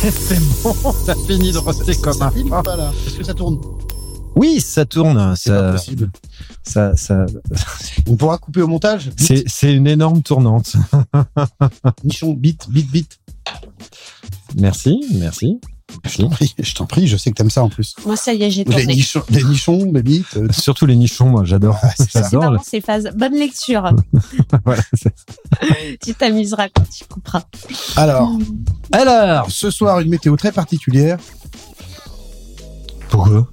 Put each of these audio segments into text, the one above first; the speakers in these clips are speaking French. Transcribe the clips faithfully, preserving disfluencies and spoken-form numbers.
C'est bon, t'as fini de rester comme un film ou pas là? Est-ce que ça tourne? Oui, ça tourne. C'est ça, pas possible. Ça, ça... On pourra couper au montage. C'est, c'est une énorme tournante. Nichon, bite, bite, bite. Merci, merci. Je t'en prie, je t'en prie, je sais que t'aimes ça en plus. Moi, ça y est, j'ai Les tourné. nichons, les nichons, les bites. euh, Surtout les nichons, moi, j'adore. Ah, c'est ça. C'est J'adore. marrant, ces phases. Bonne lecture. Voilà, c'est... Tu t'amuseras quand tu couperas. Alors, Alors, ce soir, une météo très particulière. pourquoi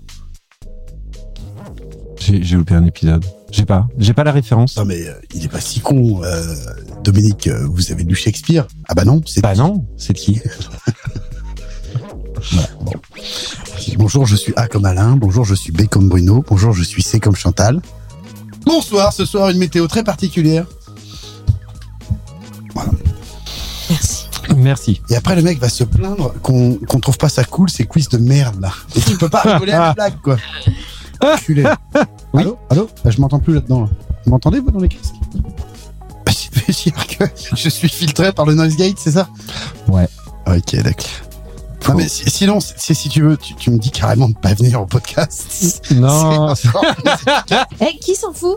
j'ai, j'ai loupé un épisode. J'ai pas, j'ai pas la référence. Non mais euh, il est pas si con, euh, Dominique. euh, Vous avez lu Shakespeare? Ah bah non, c'est. Bah non, c'est de qui? Voilà, bon. Bonjour, je suis A comme Alain. Bonjour, je suis B comme Bruno. Bonjour, je suis C comme Chantal. Bonsoir, ce soir, une météo très particulière. Voilà. Merci. Merci. Et après, le mec va se plaindre qu'on qu'on trouve pas ça cool, ces quiz de merde, là. Et tu peux pas rigoler à la blague, quoi. Enculé. Oui. Allô? Allô? Bah, je m'entends plus là-dedans, là. Vous m'entendez, vous, dans les casques? Bah, ça veut dire que je suis filtré par le noise gate, c'est ça? Ouais. Ok, d'accord. Non, mais si- sinon, c'est si tu veux, tu, tu me dis carrément de pas venir au podcast. Non. C'est encore- Eh, qui s'en fout?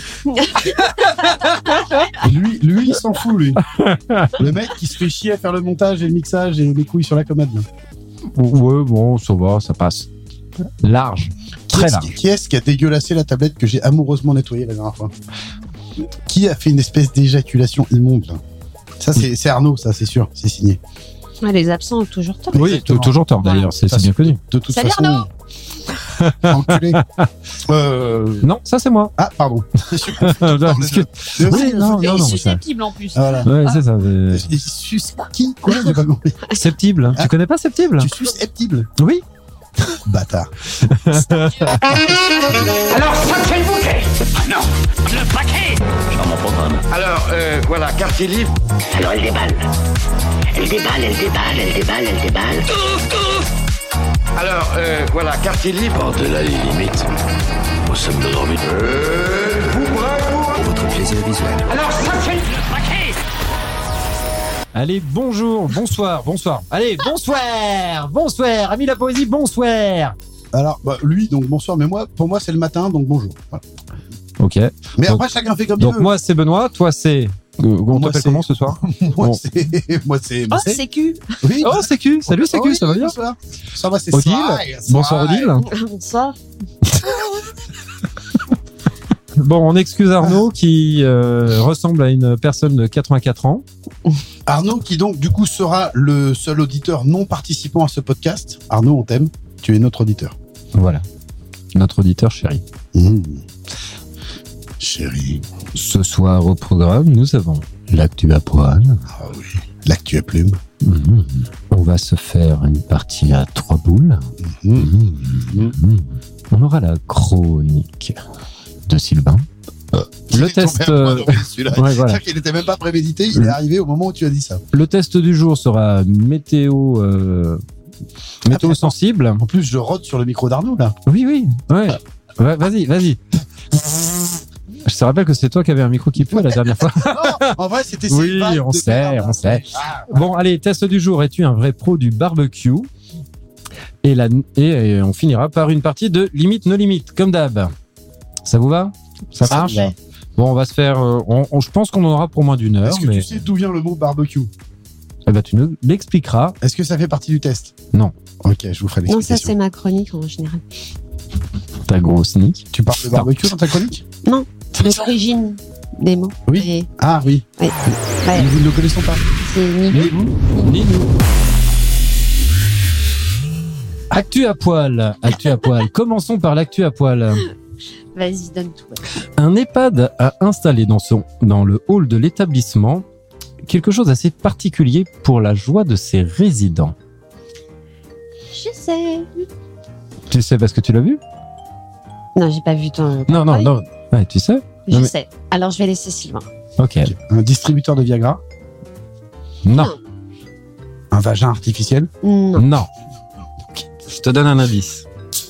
lui, lui, il s'en fout, lui. Le mec qui se fait chier à faire le montage et le mixage et les couilles sur la commode, là. Ouais, bon, ça va, ça passe. Large. Qui Très est-ce, large. qui est-ce qui a dégueulassé la tablette que j'ai amoureusement nettoyée la dernière fois? Qui a fait une espèce d'éjaculation immonde, là? Ça, c'est, c'est Arnaud, ça, c'est sûr, c'est signé. Ouais, les absents ont toujours tort. Oui, Exactement. t- toujours tort d'ailleurs, c'est, c'est bien connu. De toute Salut, façon. Arnaud. Enculé. Euh... Non, ça c'est moi. Ah, pardon. Je suis confus. Excuse- Mais Oui, aussi, non, Et non, il est non, ça. susceptible en plus. Voilà. Ouais, c'est ça. Et c'est- sus qui? Quoi? J'ai pas compris. Septible. Ah. Tu connais pas Septible? Tu susceptible? Oui. Bâtard. Alors, sacré le bouquet. Ah non, le paquet. Dans mon programme. Alors, euh, voilà, quartier libre. Alors elle déballe. Elle déballe, elle déballe, elle déballe, elle déballe. Alors, euh, voilà, quartier libre. Par-delà les limites, nous sommes de l'orbite. Euh, vous bravo. Pour votre plaisir visuel. Alors, sacré le paquet. Allez, bonjour, bonsoir, bonsoir. Allez, bonsoir, bonsoir, ami la poésie, bonsoir. Alors, bah, lui, donc bonsoir, mais moi, pour moi, c'est le matin, donc bonjour. Voilà. Ok. Mais Donc- après, chacun fait comme Donc il veut. moi c'est Benoît, toi c'est. Euh, on Moi, t'appelle c'est- comment ce soir? moi, bon. c'est. Moi, c'est. Oh, c'est- c'est cul. Oui. Oh Sécu, salut Sécu, Oui, ça va bien? bonsoir. Ça va, c'est Odile. Sly, Bonsoir Sly. Odile. Bonsoir. Bon, on excuse Arnaud qui euh, ressemble à une personne de quatre-vingt-quatre ans. Arnaud, qui donc, du coup, sera le seul auditeur non participant à ce podcast. Arnaud, on t'aime. Tu es notre auditeur. Voilà. Notre auditeur chéri. Mmh. Chérie. Ce soir au programme, nous avons l'actu à poil. Ah oui. L'actu à plume. Mhm. On va se faire une partie à trois boules. Mmh. Mhm. Mhm. On aura la chronique de Sylvain. Il Le est test, tombé à point euh, de celui-là. Ouais, voilà. C'est-à-dire qu'il n'était même pas prémédité, il est arrivé au moment où tu as dit ça. Le test du jour sera météo, euh, météo Attends. sensible. En plus, je rôde sur le micro d'Arnaud, là. Oui, oui. Ouais. Ouais, vas-y, vas-y. Je te rappelle que c'est toi qui avais un micro qui pue la dernière fois. Non, en vrai, c'était Oui, ces vagues on de sait, merde. on sait. Ah, Bon, allez, test du jour. Es-tu un vrai pro du barbecue? Et, la, et, et on finira par une partie de limite, no limite, comme d'hab. Ça vous va? Ça Ça marche? me va. Bon, on va se faire. euh, on, on- je pense qu'on en aura pour moins d'une heure. Est-ce que mais tu sais d'où vient le mot barbecue? eh ben, tu nous l'expliqueras. Est-ce que ça fait partie du test? Non. Ok, je vous ferai Non, ça, l'explication. c'est ma chronique en général. Ta grosse nique. Tu parles de barbecue dans ta chronique? De l'origine des mots. Oui. Et, Ah oui, ouais, ouais, nous ne le connaissons pas. c'est ni Ni vous, ni nous. Actu à poil. Actu à poil. Commençons par l'actu à poil. Vas-y, donne tout. ouais. Un EHPAD a installé dans, son, dans le hall de l'établissement quelque chose d'assez particulier pour la joie de ses résidents. Je sais. Tu sais parce que tu l'as vu? Non, j'ai pas vu ton. Non, non, Oui, non. Ouais, tu sais? Je Non, mais- sais. Alors, je vais laisser Sylvain. Ok. Un distributeur de Viagra? Non, Un vagin artificiel? Non. non. Je te donne un indice.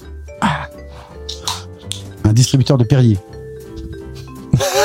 Un distributeur de Perrier?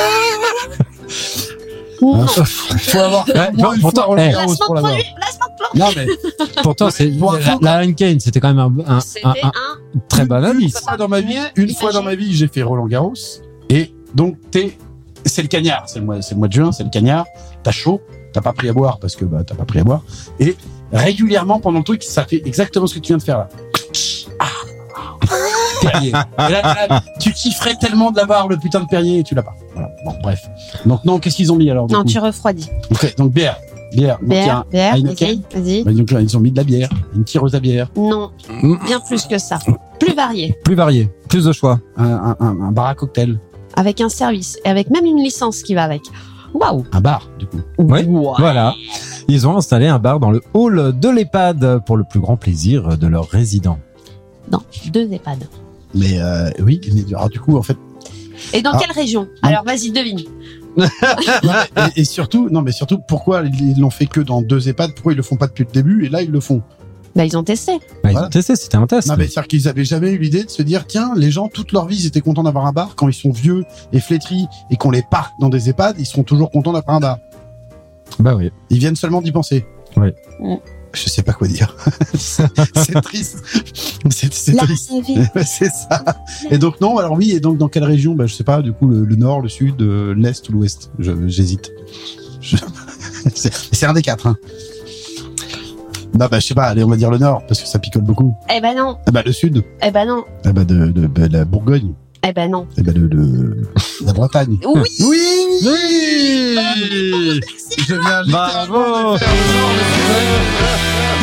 Non. Faut avoir Ouais, au moins bon, une pourtant, fois Roland eh. Garros Placement pour de l'avoir. produit. Placement de Non, mais Pourtant, Ouais, c'est pour la, info, la Heineken, c'était quand même un, un, C'était un, un un. très bon une indice. fois dans ma vie, Mieux une imagé. fois dans ma vie, j'ai fait Roland Garros. Et donc, t'es, c'est le cagnard. C'est le mois, c'est le mois de juin, c'est le cagnard. T'as chaud. T'as pas pris à boire parce que, bah, t'as pas pris à boire. Et régulièrement, pendant le truc, ça fait exactement ce que tu viens de faire là. Ah. Perrier. Et là, là, tu kifferais tellement de l'avoir, le putain de Perrier, et tu l'as pas. Voilà. Bon, bref. Donc, non, qu'est-ce qu'ils ont mis alors? du Non, coup tu refroidis. Ok, donc bière. Bière. Donc, il y a Bière, un- bière, Heineken. vas-y, vas-y. Bah, donc là, ils ont mis de la bière, une tireuse à bière, Non, bien plus que ça. Plus varié. Plus varié, plus de choix. un, un, un, un bar à cocktail, Avec un service. Et avec même une licence qui va avec. Waouh. un bar, du coup. Oui, Wow. voilà. Ils ont installé un bar dans le hall de l'EHPAD pour le plus grand plaisir de leurs résidents. Non, deux EHPAD. Mais euh, oui, mais alors, du coup, en fait, Et dans Ah. quelle région? Alors, vas-y, devine. non, mais- et, et surtout, non, mais surtout, pourquoi ils l'ont fait que dans deux EHPAD? Pourquoi ils le font pas depuis le début? Et là, ils le font. Bah, ils ont testé. Bah, ils Voilà. ont testé, c'était un test. Non, mais c'est-à-dire qu'ils avaient jamais eu l'idée de se dire, tiens, les gens, toute leur vie, ils étaient contents d'avoir un bar. Quand ils sont vieux et flétris et qu'on les parque dans des EHPAD, ils seront toujours contents d'avoir un bar. Bah oui. Ils viennent seulement d'y penser. Oui. Mm. Je sais pas quoi dire. c'est c'est triste. C'est c'est La triste. vie. Ouais, c'est ça. Et donc non, alors oui, et donc dans quelle région? Bah je sais pas, du coup le, le nord, le sud, euh, l'est ou l'ouest. Je- J'hésite. Je... c'est c'est un des quatre. Hein. Non bah je sais pas, allez on va dire le nord parce que ça picole beaucoup. Eh ben non. Ah bah le sud, Eh ben non. ah bah de, de, de la Bourgogne, Eh ben non. ah bah de, de la Bretagne. Oui. Oui, Oui. je viens littéralement Bravo. de faire le nord, le sud.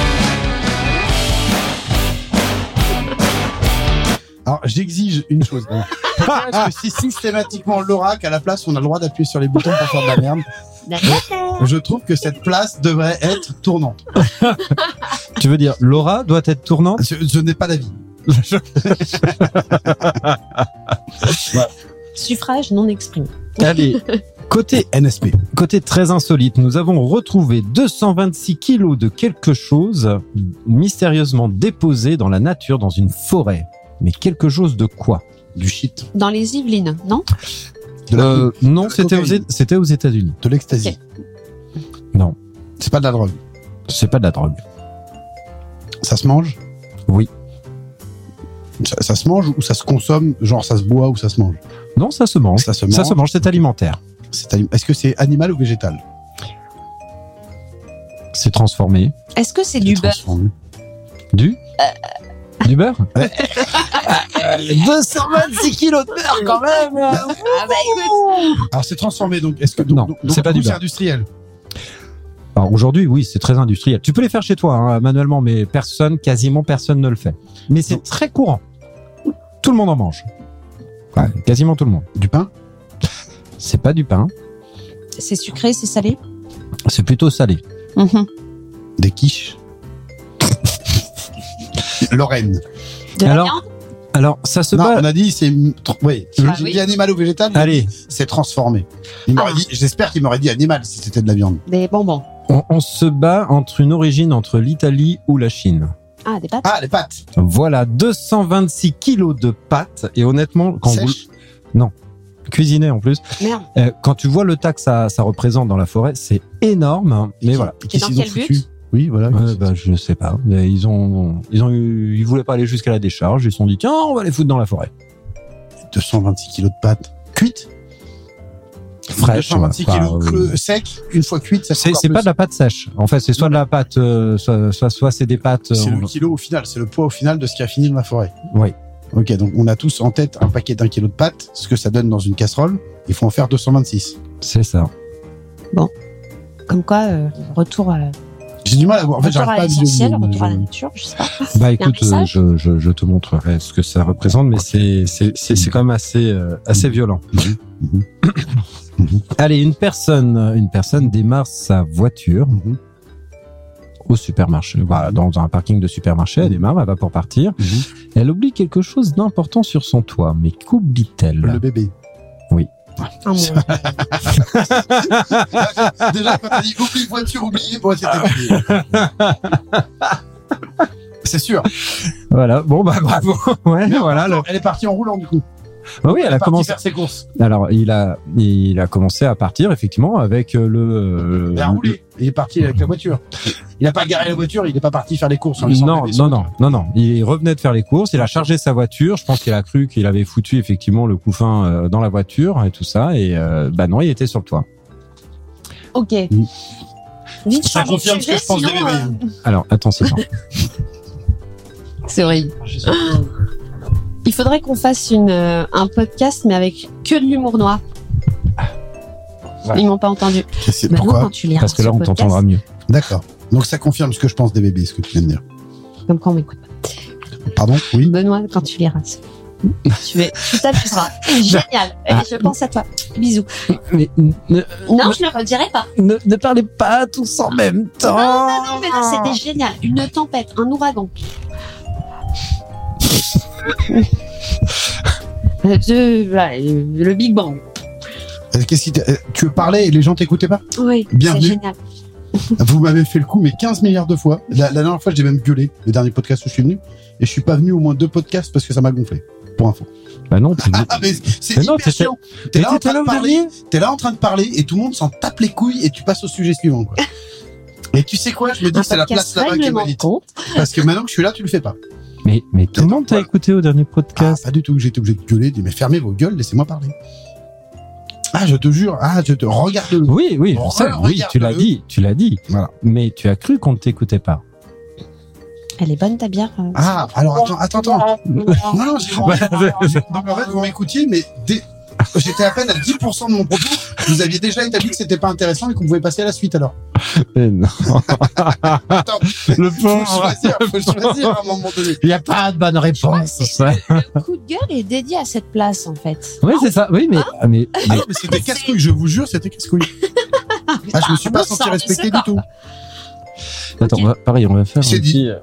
Alors, j'exige une chose. hein. Pourquoi est-ce que c'est systématiquement Laura qu'à la place, on a le droit d'appuyer sur les boutons pour faire de la merde? D'accord. Je trouve que cette place devrait être tournante. Tu veux dire, Laura doit être tournante? Je, je n'ai pas d'avis. Suffrage non exprimé. Allez, côté, N S P. côté très insolite, nous avons retrouvé deux cent vingt-six kilos de quelque chose mystérieusement déposé dans la nature dans une forêt. Mais quelque chose de quoi? Du shit. Dans les Yvelines, non? De la- Euh, non, de la c'était aux, cocaïne. c'était aux États-Unis. de l'ecstasy. Non, C'est pas de la drogue. c'est pas de la drogue. Ça se mange? Oui. Ça, ça se mange ou ça se consomme? Genre ça se boit ou ça se mange? Non, ça se mange. Ça se Ça mange. se mange, c'est alimentaire. C'est alim- Est-ce que c'est animal ou végétal? C'est transformé. Est-ce que c'est du C'est beurre? transformé. Du Du beurre deux cent vingt-six kilos de beurre quand même. Ah bah écoute. Alors c'est transformé donc. Est-ce que donc, Non, donc- c'est donc, pas du du coup, c'est beurre. industriel. Alors aujourd'hui, oui, c'est très industriel. Tu peux les faire chez toi hein, manuellement, mais personne, quasiment personne ne le fait. Mais c'est Non. très courant. Tout le monde en mange. Ouais, quasiment tout le monde. Du pain? C'est pas du pain, C'est sucré, c'est salé? c'est plutôt salé. Mhm. Des quiches? Lorraine. De la Alors, viande? Alors, ça se Non, bat. on a dit c'est tr- oui. Ah J'ai oui. dit animal ou végétal. j'ai Allez, dit C'est transformé. Il m'aurait Ah. dit. J'espère qu'il m'aurait dit animal si c'était de la viande. Des bonbons. on, on se bat entre une origine entre l'Italie ou la Chine. Ah, des pâtes? Ah les pâtes. Voilà, deux cent vingt-six kilos de pâtes. Et honnêtement, quand vous Sèches. cuisinez en plus, Merde. euh, quand tu vois le tas que ça, ça représente dans la forêt, c'est énorme. hein. Mais Et voilà. qui- Et dans qu'est-ce qu'ils ont quel foutu but? Oui, voilà. Ouais, bah, je sais pas. Mais ils ont, ils ont eu, ils voulaient pas aller jusqu'à la décharge. Ils se sont dit, tiens, on va les foutre dans la forêt. deux cent vingt-six kilos de pâtes cuites. Fraîche. deux cent vingt-six ouais. kilos Enfin, creux, secs. Une fois cuites, ça fait C'est, encore c'est plus. pas de la pâte sèche. En fait, c'est soit de la pâte, euh, soit, soit, soit c'est des pâtes. C'est euh, le kilo au final. C'est le poids au final de ce qui a fini dans la forêt. Oui. Ok, donc on a tous en tête un paquet d'un kilo de pâtes, ce que ça donne dans une casserole. Il faut en faire deux cent vingt-six. C'est ça. Comme quoi, euh, retour à, J'ai du mal à voir. En fait, retour j'arrive à pas à l'essentiel, visualiser, retour à la mais nature, je sais pas. Bah Il y a un écoute, euh, message je, je, je te montrerai ce que ça représente, mais c'est, c'est, c'est, c'est quand même assez, euh, assez violent. Mhm. Mhm. Mhm. Allez, une personne, une personne démarre sa voiture Mhm. au supermarché, voilà, dans un parking de supermarché, elle démarre, elle va pour partir. Mhm. Elle oublie quelque chose d'important sur son toit, mais qu'oublie-t-elle? Le bébé. Ah, mon Dieu. Déjà, quand t'as dit oublie voiture, oublié, bon, c'était oublié. C'est sûr. Voilà, bon bah bravo. Ouais, voilà. le- Elle est partie en roulant, du coup. Ah oui, elle Elle a est partie commencé. faire ses courses. Alors, il a, il a commencé à partir effectivement avec euh, le. Elle a roulé. Il est parti avec la voiture. il a pas garé la voiture, il est pas parti faire les courses. En laissant Non, bébé non, sur- non, non, non. Il revenait de faire les courses, il a chargé sa voiture. Je pense qu'il a cru qu'il avait foutu effectivement le couffin euh, dans la voiture et tout ça. Et euh, bah non, il était sur le toit. Ok. Mm. Vite Ça changer de confirme ce que sujet, je pense des sinon, bébés. euh, Alors, attends, Sylvain. C'est horrible. Il faudrait qu'on fasse une, euh, un podcast, mais avec que de l'humour noir. Ouais. Ils m'ont pas entendu. C'est- Bah non, Pourquoi quand tu liras Parce que ce là, on podcast, t'entendra mieux. D'accord. Donc ça confirme ce que je pense des bébés, ce que tu viens de dire. Comme quand on m'écoute. Pardon? Oui. Benoît, quand tu liras. ça. Tu vais, tu t'amuseras. Génial. Et je pense à toi. Bisous. Mais ne, Non, je le redirai pas. ne, ne parlez pas tous en même temps. Non, non, non, mais là, c'était génial. Une tempête, un ouragan. Je- voilà, le, le Big Bang. Euh, Qu'est-ce qui t'a- euh, tu parlais et les gens t'écoutaient pas? Oui, c'est Bienvenue. génial. Vous m'avez fait le coup, mais quinze milliards de fois. La, la dernière fois, j'ai même gueulé, le dernier podcast où je suis venu. Et je suis pas venu au moins deux podcasts parce que ça m'a gonflé. Pour info. Bah non, tu Ah, mais c'est Mais non, hyper t'étais- chiant. T'es là, en t'étais train là de au parler, dernier. t'es là en train de parler et tout le monde s'en tape les couilles et tu passes au sujet suivant, quoi. Et tu sais quoi? Je me dis Un que c'est la podcast place là-bas qui est règlement de valide. compte. Parce que maintenant que je suis là, tu le fais pas. Mais, mais tout le monde t'a Voilà. écouté au dernier Ah, podcast. pas du tout. J'étais obligé de gueuler, de dire, mais fermez vos gueules, laissez-moi parler. Ah, je te jure. Ah, je te regarde le. Oui, oui, je Bon, sais. regarde-le. Oui, tu l'as dit, tu l'as dit. Voilà. Mais tu as cru qu'on ne t'écoutait pas. Elle est bonne ta bière. euh, Ah, alors attends, attends, attends. Non, non, j'ai Donc en fait, vous m'écoutiez, mais dès... j'étais à peine à dix pour cent de mon propos. Vous aviez déjà établi que c'était pas intéressant et qu'on pouvait passer à la suite alors. Mais non. Attends, Le faut choisir, faut choisir à un moment donné. Il n'y a pas de bonne réponse. Le coup de gueule est dédié à cette place en fait. Oui, c'est ça. Oui, mais, ah, mais, Ah mais- non, mais c'était casse-couille, je vous jure, c'était casse-couille. Ah, je me suis pas bon senti sang, respecté mais du tout. attends, on va, pareil, on va faire. C'est un dit. petit-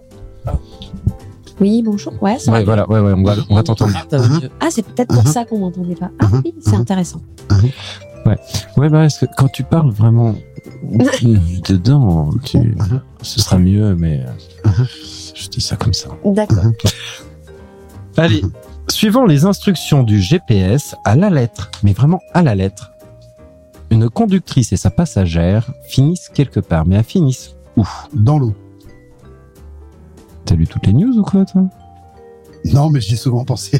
Oui, bonjour. Ouais, ça Ouais, va. voilà, ouais, ouais, on va, on va t'entendre. Ah, c'est peut-être pour Uh-huh. ça qu'on m'entendait pas. Ah Uh-huh. oui, c'est Uh-huh. intéressant. Ouais, bah, parce que quand tu parles vraiment dedans, tu, ce sera mieux, mais euh, je dis ça comme ça. D'accord. Allez, suivant les instructions du G P S à la lettre, mais vraiment à la lettre, une conductrice et sa passagère finissent quelque part, mais elles finissent où? Dans l'eau. T'as lu toutes les news ou quoi, toi? Non, mais j'y ai souvent pensé.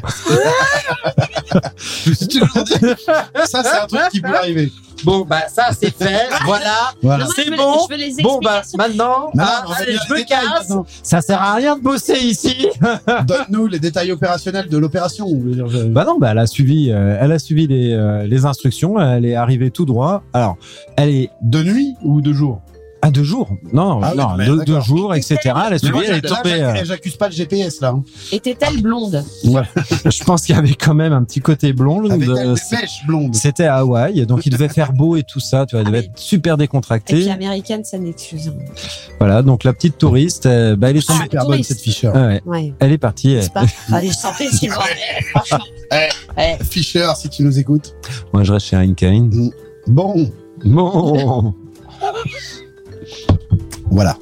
Je me suis toujours dit, ça c'est un truc qui peut arriver. Bon, bah, ça, c'est fait. Voilà. Voilà. Non, moi, C'est je veux- bon. Je veux les Bon, bah, explications. maintenant, Non, ah, on va allez, dire je les me détails casse. maintenant. Ça sert à rien de bosser ici. Donne-nous les détails opérationnels de l'opération. Je veux dire, je- Bah non, bah elle a suivi, euh, elle a suivi les, euh, les instructions. Elle est arrivée tout droit. Alors, elle est De nuit ou de jour? à deux jours. Non, Ah oui, non, mais deux, d'accord. deux jours, et cetera. Elle a Mais suivi, moi, elle est là, tombée. j'ac- euh, J'accuse pas le G P S là. hein. Était-elle blonde? je pense qu'il y avait quand même un petit côté blonde. Avec elle euh, des mèches blondes. C'était à Hawaï, donc il devait faire beau et tout ça. Tu vois, elle devait être super Et puis décontractée. américaine, ça n'excuse. Voilà, donc la petite touriste, euh, bah elle est tombée. Super bonne touriste. cette Fischer. Ah ouais, Ouais. elle est partie. elle- C'est pas. Allez, santé, s'il vous plaît. Franchement. Eh. Ouais. Fischer, si tu nous écoutes. Moi, je reste chez Heineken. Bon, Bon. voilà.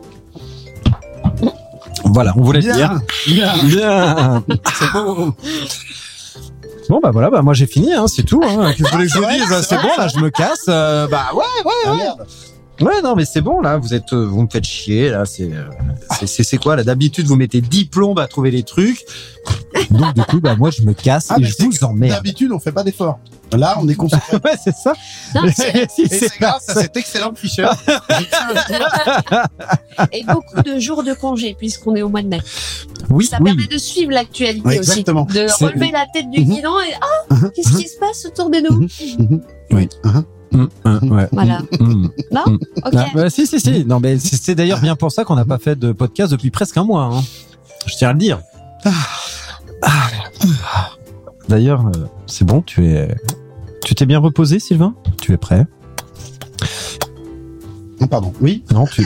Voilà, on voulait le dire. Bien. Bien. C'est bon. Bon bah voilà, bah moi j'ai fini, hein, c'est tout. Hein. Qu'est-ce que vous voulez que je vous C'est dise? vrai, C'est bon, là je me casse. euh, bah ouais, ouais, Ah, ouais. merde. Ouais, non, mais c'est bon, là, vous êtes, euh, vous me faites chier, là, c'est, euh, c'est, c'est, c'est quoi, là, d'habitude, vous mettez dix plombes à trouver les trucs. Donc, du coup, bah, moi, je me casse Ah, et mais je c'est vous que emmerde. D'habitude, on fait pas d'efforts. Là, on est concentré. Ouais, c'est ça. Non, c'est- Si Et c'est c'est grâce à cette excellente Fischer. Je tiens à le dire. Et beaucoup de jours de congé, puisqu'on est au mois de mai. Oui, Ça oui. permet de suivre l'actualité Oui, aussi. exactement. De C'est- relever la tête du Mhm. guidon et ah, qu'est-ce qui se passe autour de nous? Oui. Hein. Hum, hum, ouais. Voilà. Hum. Non? Hum. Ok. Ah, bah, si, si, si. Non, mais c'est, c'est d'ailleurs bien pour ça qu'on n'a pas fait de podcast depuis presque un mois, hein. Je tiens à le dire. Ah. D'ailleurs, euh, c'est bon, tu es, tu t'es bien reposé, Sylvain? Tu es prêt? Non, pardon. Oui. Non, tu.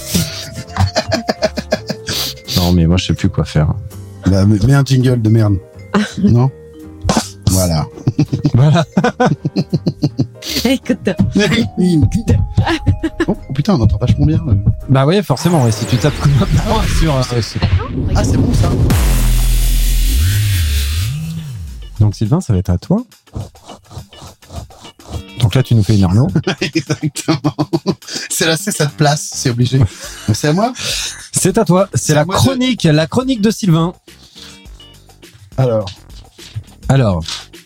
Non, mais moi, je sais plus quoi faire. Bah, mets mets un jingle de merde. Non. Voilà. Voilà. Écoute, Oh, oh, putain, on entend vachement bien. euh. Bah ouais, forcément. Et si tu tapes comme un sur. euh, Ah, c'est bon ça. Donc Sylvain, ça va être à toi. Donc Donc là, tu nous fais une Arnaud. Exactement. C'est là, c'est cette place, c'est obligé. Donc, c'est à moi. C'est à toi. C'est C'est à la moi de- chronique, la chronique de Sylvain. Alors, Alors.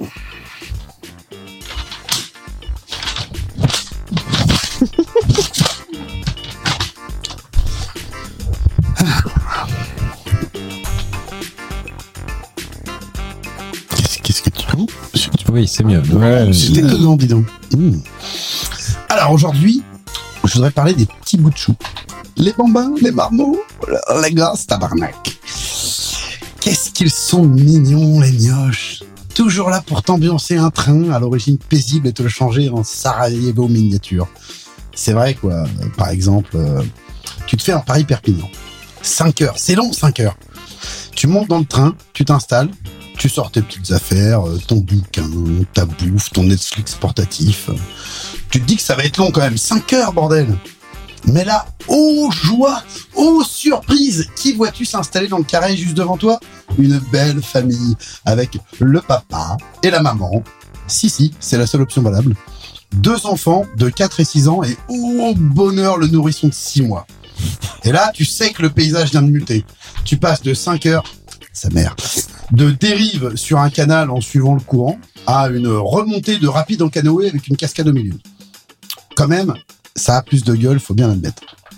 qu'est-ce, qu'est-ce que tu trouves? Oui, c'est mieux. Ouais, C'était dedans, dis donc. Mmh. Alors aujourd'hui, je voudrais parler des petits bouts de chou. Les bambins, les marmots, les gosses, tabarnak. Qu'est-ce qu'ils sont mignons, les mioches. Toujours là pour t'ambiancer un train à l'origine paisible et te le changer en Sarajevo miniature. C'est vrai, quoi. Par exemple, euh, tu te fais un Paris-Perpignan. cinq heures. C'est long, cinq heures. Tu montes dans le train, tu t'installes, tu sors tes petites affaires, euh, ton bouquin, ta bouffe, ton Netflix portatif. Tu te dis que ça va être long quand même. cinq heures, bordel. Mais là, oh joie, oh surprise, qui vois-tu s'installer dans le carré juste devant toi? Une belle famille avec le papa et la maman. Si, si, c'est la seule option valable. Deux enfants de quatre et six ans et oh bonheur, le nourrisson de six mois. Et là, tu sais que le paysage vient de muter. Tu passes de cinq heures, sa mère, de dérive sur un canal en suivant le courant à une remontée de rapide en canoë avec une cascade au milieu. Quand même, ça a plus de gueule, faut bien l'admettre.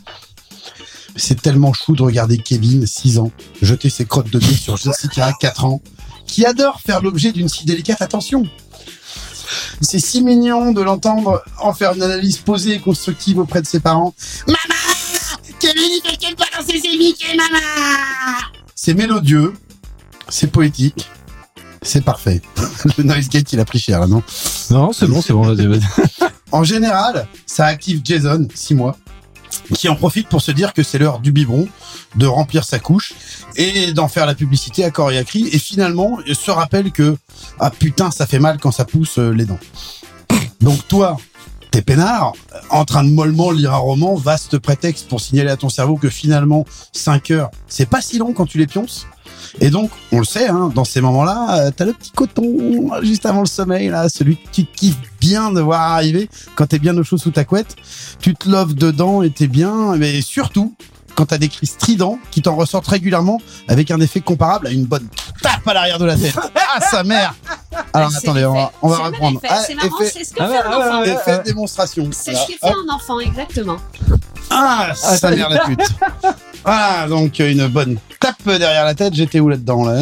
C'est tellement chou de regarder Kevin, six ans, jeter ses crottes de pied sur Jessica, quatre ans, qui adore faire l'objet d'une si délicate attention. C'est si mignon de l'entendre en faire une analyse posée et constructive auprès de ses parents. Maman, Kevin, il fait quelle part dans ses émiquets, maman? C'est mélodieux, c'est poétique, c'est parfait. Le noise gate, il a pris cher, là, non? Non, c'est bon, c'est bon. Vas-y, vas-y. En général, ça active Jason, six mois, qui en profite pour se dire que c'est l'heure du biberon, de remplir sa couche et d'en faire la publicité à corps et à cri, et finalement se rappelle que ah putain, ça fait mal quand ça pousse euh, les dents. Donc toi, t'es peinard, en train de mollement lire un roman, vaste prétexte pour signaler à ton cerveau que finalement cinq heures, c'est pas si long quand tu les pionces. Et donc, on le sait, hein, dans ces moments-là, euh, t'as le petit coton juste avant le sommeil, là, celui que tu kiffes bien de voir arriver quand t'es bien au chaud sous ta couette. Tu te loves dedans et t'es bien, mais surtout quand t'as des cris stridents qui t'en ressortent régulièrement avec un effet comparable à une bonne tape à l'arrière de la tête. Ah, sa mère! Alors C'est attendez, on va, on va C'est le même reprendre. effet. Ah, C'est marrant, effet, c'est ce que Ah fait ouais, un ah ouais, enfant. ouais. effet de démonstration. C'est Voilà. ce que fait un enfant, exactement. Ah, sa mère la pute. Voilà, donc euh, une bonne tape derrière la tête. J'étais où là-dedans là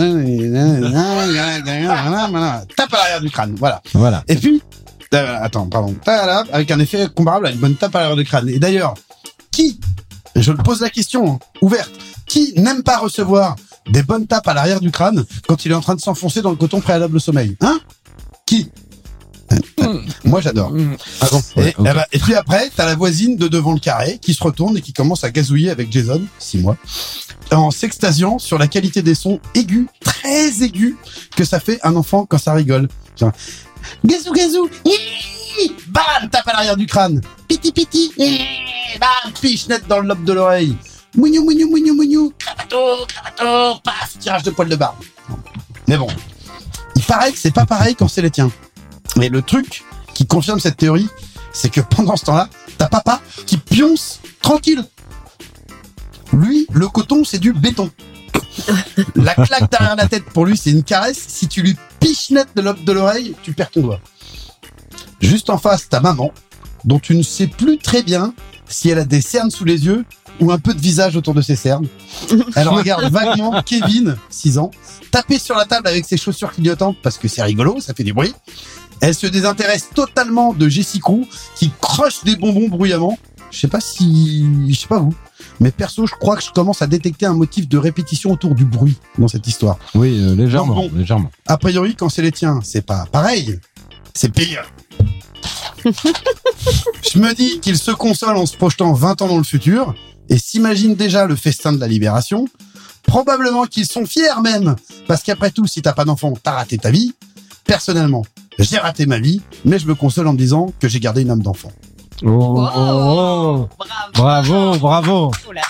Tape à l'arrière du crâne, voilà. Voilà. Et puis, euh, attends, pardon, Tada, avec un effet comparable à une bonne tape à l'arrière du crâne. Et d'ailleurs, qui, je te pose la question, hein, ouverte, qui n'aime pas recevoir des bonnes tapes à l'arrière du crâne quand il est en train de s'enfoncer dans le coton préalable au sommeil? Hein? Qui? Moi, j'adore. Ah bon, Et, ouais, ok. eh ben, et puis après, t'as la voisine de devant le carré qui se retourne et qui commence à gazouiller avec Jason, six mois, en s'extasiant sur la qualité des sons aigus, très aigus, que ça fait un enfant quand ça rigole. Genre, gazou gazou, hihi, bam, tape à l'arrière du crâne, piti piti, hihi, bam, pichenette dans le lobe de l'oreille, mougnou mougnou mougnou mougnou, cravato, cravato, paf, tirage de poil de barbe. Mais bon, il paraît que c'est pas pareil quand c'est les tiens. Mais le truc qui confirme cette théorie, c'est que pendant ce temps-là, t'as papa qui pionce tranquille. Lui, le coton, c'est du béton. La claque derrière la tête, pour lui, c'est une caresse. Si tu lui pichenettes de lobe de l'oreille, tu perds ton doigt. Juste en face, ta maman, dont tu ne sais plus très bien si elle a des cernes sous les yeux ou un peu de visage autour de ses cernes. Elle regarde vaguement Kevin, six ans, taper sur la table avec ses chaussures clignotantes parce que c'est rigolo, ça fait du bruit. Elle se désintéresse totalement de Jessie Crew qui croche des bonbons bruyamment. Je sais pas si... Je sais pas vous. Mais perso, je crois que je commence à détecter un motif de répétition autour du bruit dans cette histoire. Oui, euh, légèrement, Donc bon. légèrement. A priori, quand c'est les tiens, c'est pas pareil. C'est pire. Je me dis qu'il se console en se projetant vingt ans dans le futur et s'imagine déjà le festin de la libération. Probablement qu'ils sont fiers même. Parce qu'après tout, si t'as pas d'enfant, t'as raté ta vie. Personnellement, j'ai raté ma vie, mais je me console en me disant que j'ai gardé une âme d'enfant. Oh, oh, oh. Bravo, bravo. Oh là.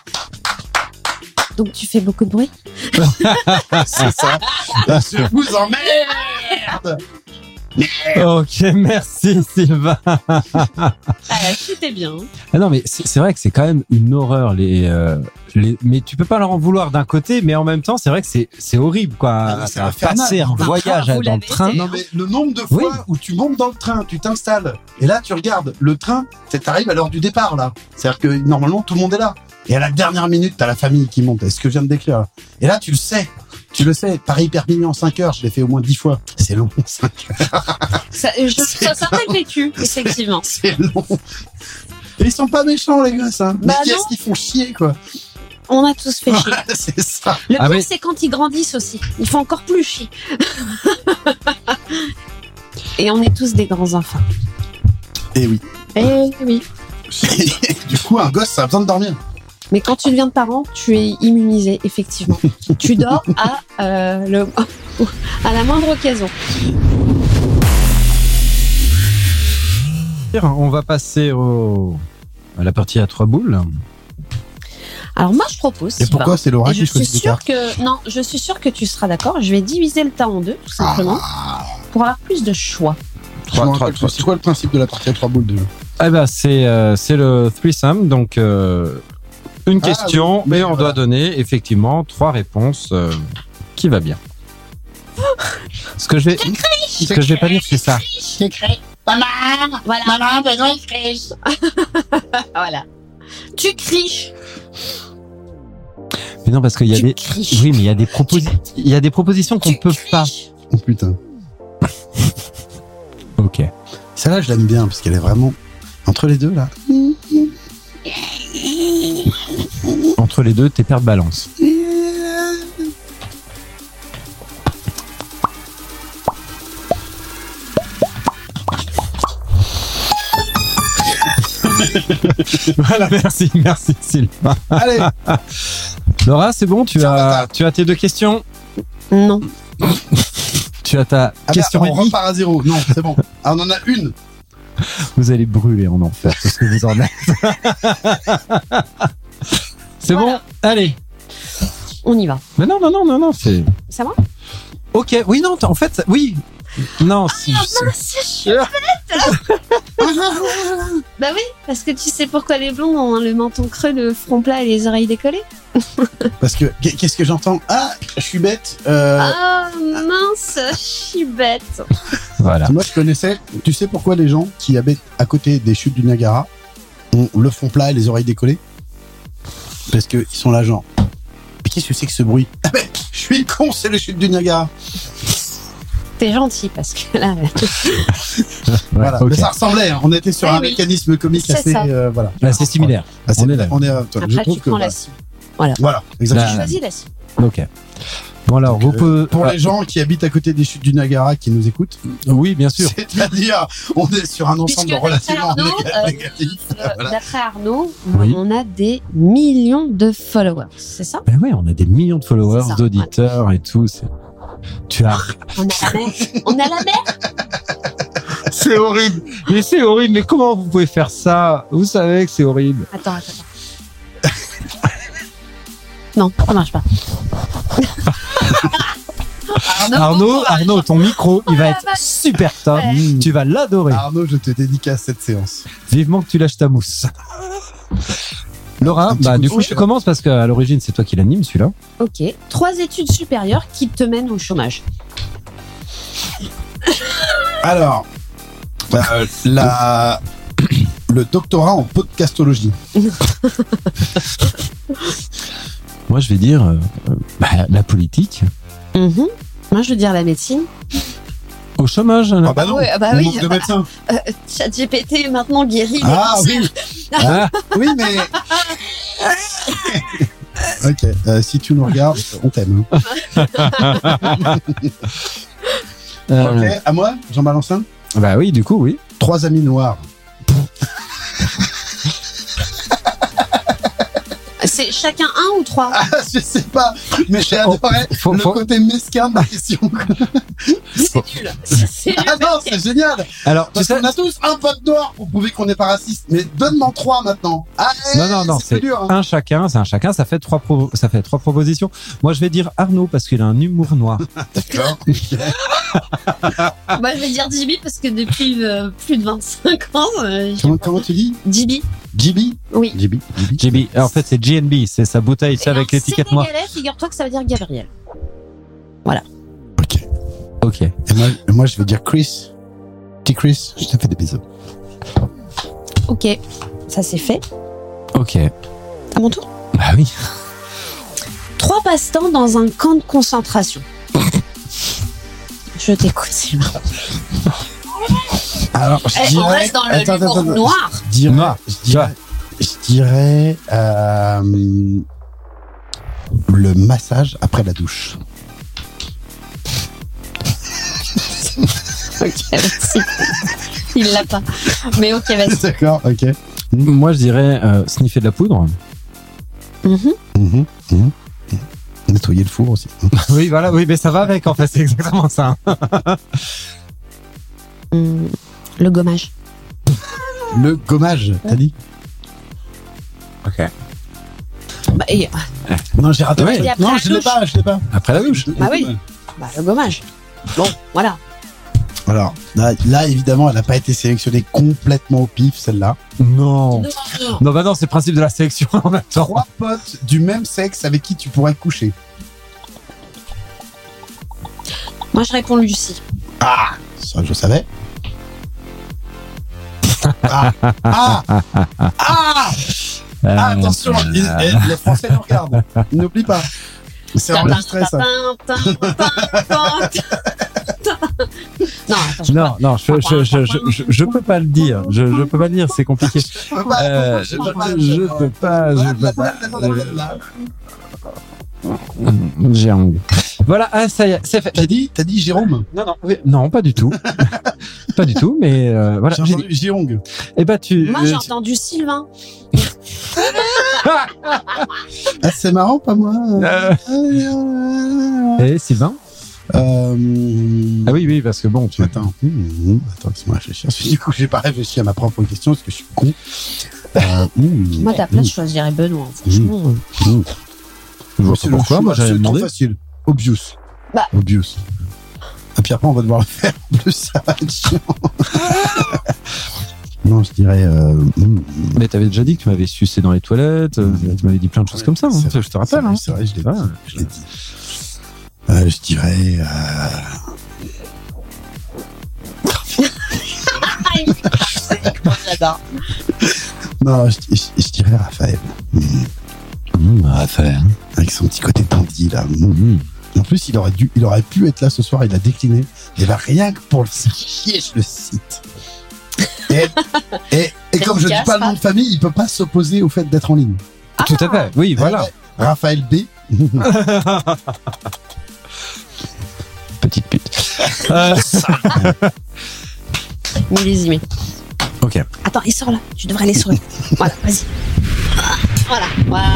Donc tu fais beaucoup de bruit? C'est ça. Je vous emmerde. Ok, merci Sylvain. Ah, c'était bien. Ah non, mais c'est c'est vrai que c'est quand même une horreur les, euh, les. Mais tu peux pas leur en vouloir d'un côté, mais en même temps, c'est vrai que c'est c'est horrible quoi. Ah, mais c'est infernal. Passer un voyage Vous dans l'avez le train. été. Non mais le nombre de fois Oui. où tu montes dans le train, tu t'installes, et là tu regardes le train, c'est- t'arrives à l'heure du départ là. C'est-à-dire que normalement tout le monde est là. Et à la dernière minute, t'as la famille qui monte. C'est ce que je viens de décrire là. Et là tu le sais. Tu le sais, Paris-Perpignan en cinq heures, je l'ai fait au moins dix fois. C'est long, cinq heures. Ça, je, ça, ça m'a vécu, effectivement. C'est long. Et ils sont pas méchants les gosses, hein. Mais Bah qu'est-ce non. qu'ils font chier quoi. On a tous fait chier. C'est ça. Le Ah pire, oui. c'est quand ils grandissent aussi. Ils font encore plus chier. Et on est tous des grands enfants. Et oui. Eh oui. Du coup, un gosse, ça a besoin de dormir. Mais quand tu deviens parent, tu es immunisé, effectivement. Tu dors à, euh, le, à la moindre occasion. On va passer au à la partie à trois boules. Alors moi, je propose. Et Sylvain, pourquoi c'est Laura et qui je suis choisit les sûre cartes que non, je suis sûre que tu seras d'accord. Je vais diviser le tas en deux, tout simplement, Ah. pour avoir plus de choix. Je me rappelle plus. C'est quoi le principe de la partie à trois boules déjà? Eh ben c'est euh, c'est le threesome, donc euh, une Ah, question, oui, mais mais on voilà. doit donner effectivement trois réponses euh, qui va bien. Ce que je vais, ce que je vais pas dire, c'est ça. Maman, voilà. Maman, besoin de friche. Voilà. Tu criches. Mais non, parce qu'il y a Tu des, criches. oui, mais il y a des propositions, il y a des propositions qu'on Tu peut pas. criches. Oh putain. Ok. Celle-là, je l'aime bien parce qu'elle est vraiment entre les deux là. Entre les deux, t'es perte balance. Voilà, merci, merci Sylvain. Allez. Laura, c'est bon, tu Tiens, as, bâtard. tu as tes deux questions. Non. Tu as ta Ah bah, question on et demie. repart à zéro. Non, c'est bon. Ah, on en a une. Vous allez brûler en enfer, c'est ce que vous en êtes. C'est Voilà. bon, allez. On y va. Mais non, non, non, non, non, c'est. Ça va? Ok, oui, non, t- en fait, oui. Non, si. Ah c'est- mince, je suis bête. Bah oui, parce que tu sais pourquoi les blondes ont le menton creux, le front plat et les oreilles décollées? Parce que qu'est- qu'est-ce que j'entends? Ah, je suis bête. Euh, Ah mince, je suis bête. Voilà. Moi, je connaissais. Tu sais pourquoi les gens qui habitent à côté des chutes du Niagara ont le front plat et les oreilles décollées? Parce que ils sont là, genre. Mais qu'est-ce que c'est que ce bruit? Ah ben, je suis con, c'est les chutes du Niagara. T'es gentil parce que là, Voilà. ok. Mais ça ressemblait. Hein. On était sur Eh un oui. mécanisme comique C'est assez. ça. euh, voilà. Là, c'est similaire. Ah, c'est- On est là. On est. euh, je après trouve tu que. prends la Voilà, cible. Voilà, Là, exactement. Choisis la cible. Ok. Bon, alors, Donc, repos- euh, pour ah, les gens qui habitent à côté des chutes du Niagara qui nous écoutent, Oui, bien sûr. c'est-à-dire, on est sur un ensemble Puisque de d'après relativement Arnaud, néga- euh, négatifs. Euh, Voilà. D'après Arnaud, Oui. on a des millions de followers, c'est ça? Ben ouais, on a des millions de followers, C'est ça, d'auditeurs et tout. c'est- Tu as. On a la mer. On a la mer. C'est horrible. Mais c'est horrible. Mais comment vous pouvez faire ça? Vous savez que c'est horrible. Attends, attends, attends. Non, ça marche pas. Arnaud, Arnaud, Arnaud, ton micro, il va Oh, être la vache. super top. Ouais. Mmh. Tu vas l'adorer. Arnaud, je te dédicace cette séance. Vivement que tu lâches ta mousse. Laura, Un petit bah coup de du coup, fouet. je commence parce qu'à l'origine, c'est toi qui l'anime, celui-là. Ok. Trois études supérieures qui te mènent au chômage. Alors, euh, la... le doctorat en podcastologie. Moi, je vais dire euh, euh, bah, la politique. Mhm. Moi, je veux dire la médecine. Au chômage. là. Ah bah non, Ouais, ah bah on oui, manque de bah, médecins. Euh, ChatGPT maintenant guérit les Ah cancers. oui, Ah, oui, mais... Ok, euh, si tu nous regardes, on t'aime. euh, Ok, à moi, j'en balance un. Bah oui, du coup, oui. Trois amis noirs. C'est chacun un ou trois? Ah, je sais pas, mais j'ai adoré Faut- le faut- côté mesquin de la question. C'est nul. C'est- C'est le Ah non, c'est génial. Alors, tu Parce sais, qu'on a tous un pote noir pour prouver qu'on n'est pas raciste. Mais donne-m'en trois maintenant. Allez, non, non, non, c'est c'est plus dur. Hein. un chacun, c'est un chacun, ça fait trois pro- ça fait trois propositions. Moi, je vais dire Arnaud parce qu'il a un humour noir. D'accord. Moi, je vais dire J B parce que depuis euh, plus de vingt-cinq ans, euh, j'ai- Comment, comment tu dis J B. J B Oui. J B. J B, en fait, c'est G N B, c'est sa bouteille, c'est avec Et en l'étiquette noire. sénégalais, figure-toi que ça veut dire Gabriel. Ok. Ok. Et moi, et moi, je vais dire Chris. Petit Chris, je te fais des bisous. Ok, ça c'est fait. Ok. À mon tour. Bah oui. Trois passe-temps dans un camp de concentration. Je t'écoute, Sylvain. Alors, je Eh, dirais... on reste dans le Attends, l'humour attends, attends. noir. Je dirais... Noir. Je dirais... Je dirais euh, le massage après la douche. Ok, merci. Il l'a pas. Mais ok, vas-y. D'accord, ok. Moi, je dirais euh, sniffer de la poudre. Mhm. Mhm, mhm. Nettoyer le four aussi. Oui, voilà, oui, mais ça va avec, en fait, c'est exactement ça. Hum, le gommage. Le gommage, t'as dit? Ok. Bah, et, Non, j'ai raté. Ouais. le truc. Et après Non, la je l'ai douche. pas, je l'ai pas. Après la douche. Bah oui. bah, le gommage. Bon, voilà. Alors, là, là, évidemment, elle n'a pas été sélectionnée complètement au pif, celle-là. Non. Non, non. Non, bah non, c'est le principe de la sélection en même temps. Trois potes du même sexe avec qui tu pourrais coucher. Moi, je réponds Lucie. Ah, ça, je savais. Ah, ah, ah, Euh, ah, attention, les, les- les Français nous regardent. N'oublie pas. C'est enregistré, ça. Tin, tin, tin, tin, tin. Non, attends, je Non, non, je, je, je, je, je, je peux pas le dire. Je, je peux pas le dire, c'est compliqué. Euh, je, je, je peux pas, je peux pas. euh, J'ai honte. Voilà, ah, ça y est, c'est fait. T'as dit, t'as dit Jérôme? Non, non, oui, non, pas du tout. Pas du tout, mais euh, voilà. J'ai J'ai entendu Jérôme. Eh ben, tu. Moi, j'ai euh, entendu Sylvain. Ah, c'est marrant, pas moi. Euh, Eh, Sylvain? Euh... Ah oui, oui, parce que bon, tu. Attends, Mmh, attends, laisse-moi réfléchir. Parce que du coup, j'ai pas réfléchi à ma propre question parce que je suis con. Euh, mmh, Moi, à ta place, je choisirais Benoît. Franchement. euh. mmh. Je vois C'est pas le pourquoi, choix, moi j'avais c'est trop demandé. facile. Obvious. Bah. Obvious. Et puis après, on va devoir le faire. En plus, ça va être chiant. Non, je dirais. Euh, mmh, Mais t'avais déjà dit que tu m'avais sucé dans les toilettes, euh, tu m'avais dit plein de choses comme ça, hein, c'est vrai, je te rappelle. c'est vrai, Hein. C'est vrai, je l'ai Ah. dit. Je l'ai dit. Euh, je dirais. Euh... J'adore. Non, je, je- je dirais Raphaël. Mmh. Mmh, Raphaël. Avec son petit côté dandy, là. Mmh. Mmh. En plus, il aurait, dû, il aurait pu être là ce soir, il a décliné. Et ben rien que pour le chier, je le cite. Et, et, et comme je dis pas le nom de famille, il peut pas s'opposer au fait d'être en ligne. Tout à fait, oui, voilà. Eh ben, Raphaël B. Petite pute. Euh, Millésimé. ok. Attends, il sort là. Tu devrais aller sur le. Voilà, vas-y. Voilà, voilà.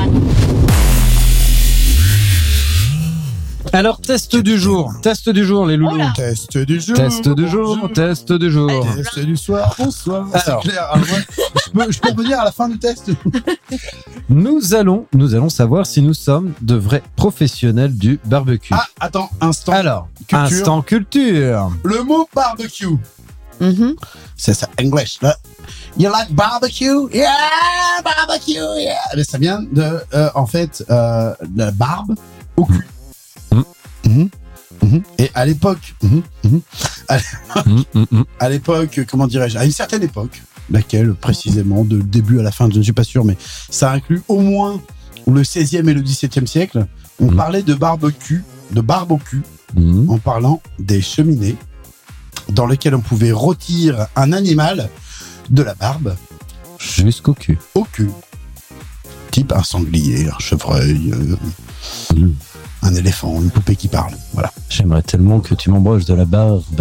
Alors, test du jour. Test du jour, les loulous. Oh là. Test du jour. Test du jour, bonjour. test du jour. Test du soir, bonsoir. Alors. C'est clair. Alors, moi, je, peux, je peux revenir à la fin du test. Nous allons, nous allons savoir si nous sommes de vrais professionnels du barbecue. Ah, attends, instant. Alors, culture. instant culture. Le mot barbecue. Mhm. C'est ça, English. Là. You like barbecue? Yeah, barbecue, yeah. Mais ça vient de, euh, en fait, euh, la barbe au cul. Mhm. Mhm. Mhm. Et à l'époque, mhm, mhm. Hum, hum, hum. à l'époque, comment dirais-je, à une certaine époque, laquelle précisément, de début à la fin, je ne suis pas sûr, mais ça inclut au moins le seizième et le dix-septième siècle, on Mhm. parlait de barbecue, de barbe au cul, Hum. en parlant des cheminées dans lesquelles on pouvait rôtir un animal de la barbe Jusqu'au cul. au cul. Type un sanglier, un chevreuil, euh, Hum. un éléphant, une poupée qui parle. Voilà. J'aimerais tellement que tu m'embroches de la barbe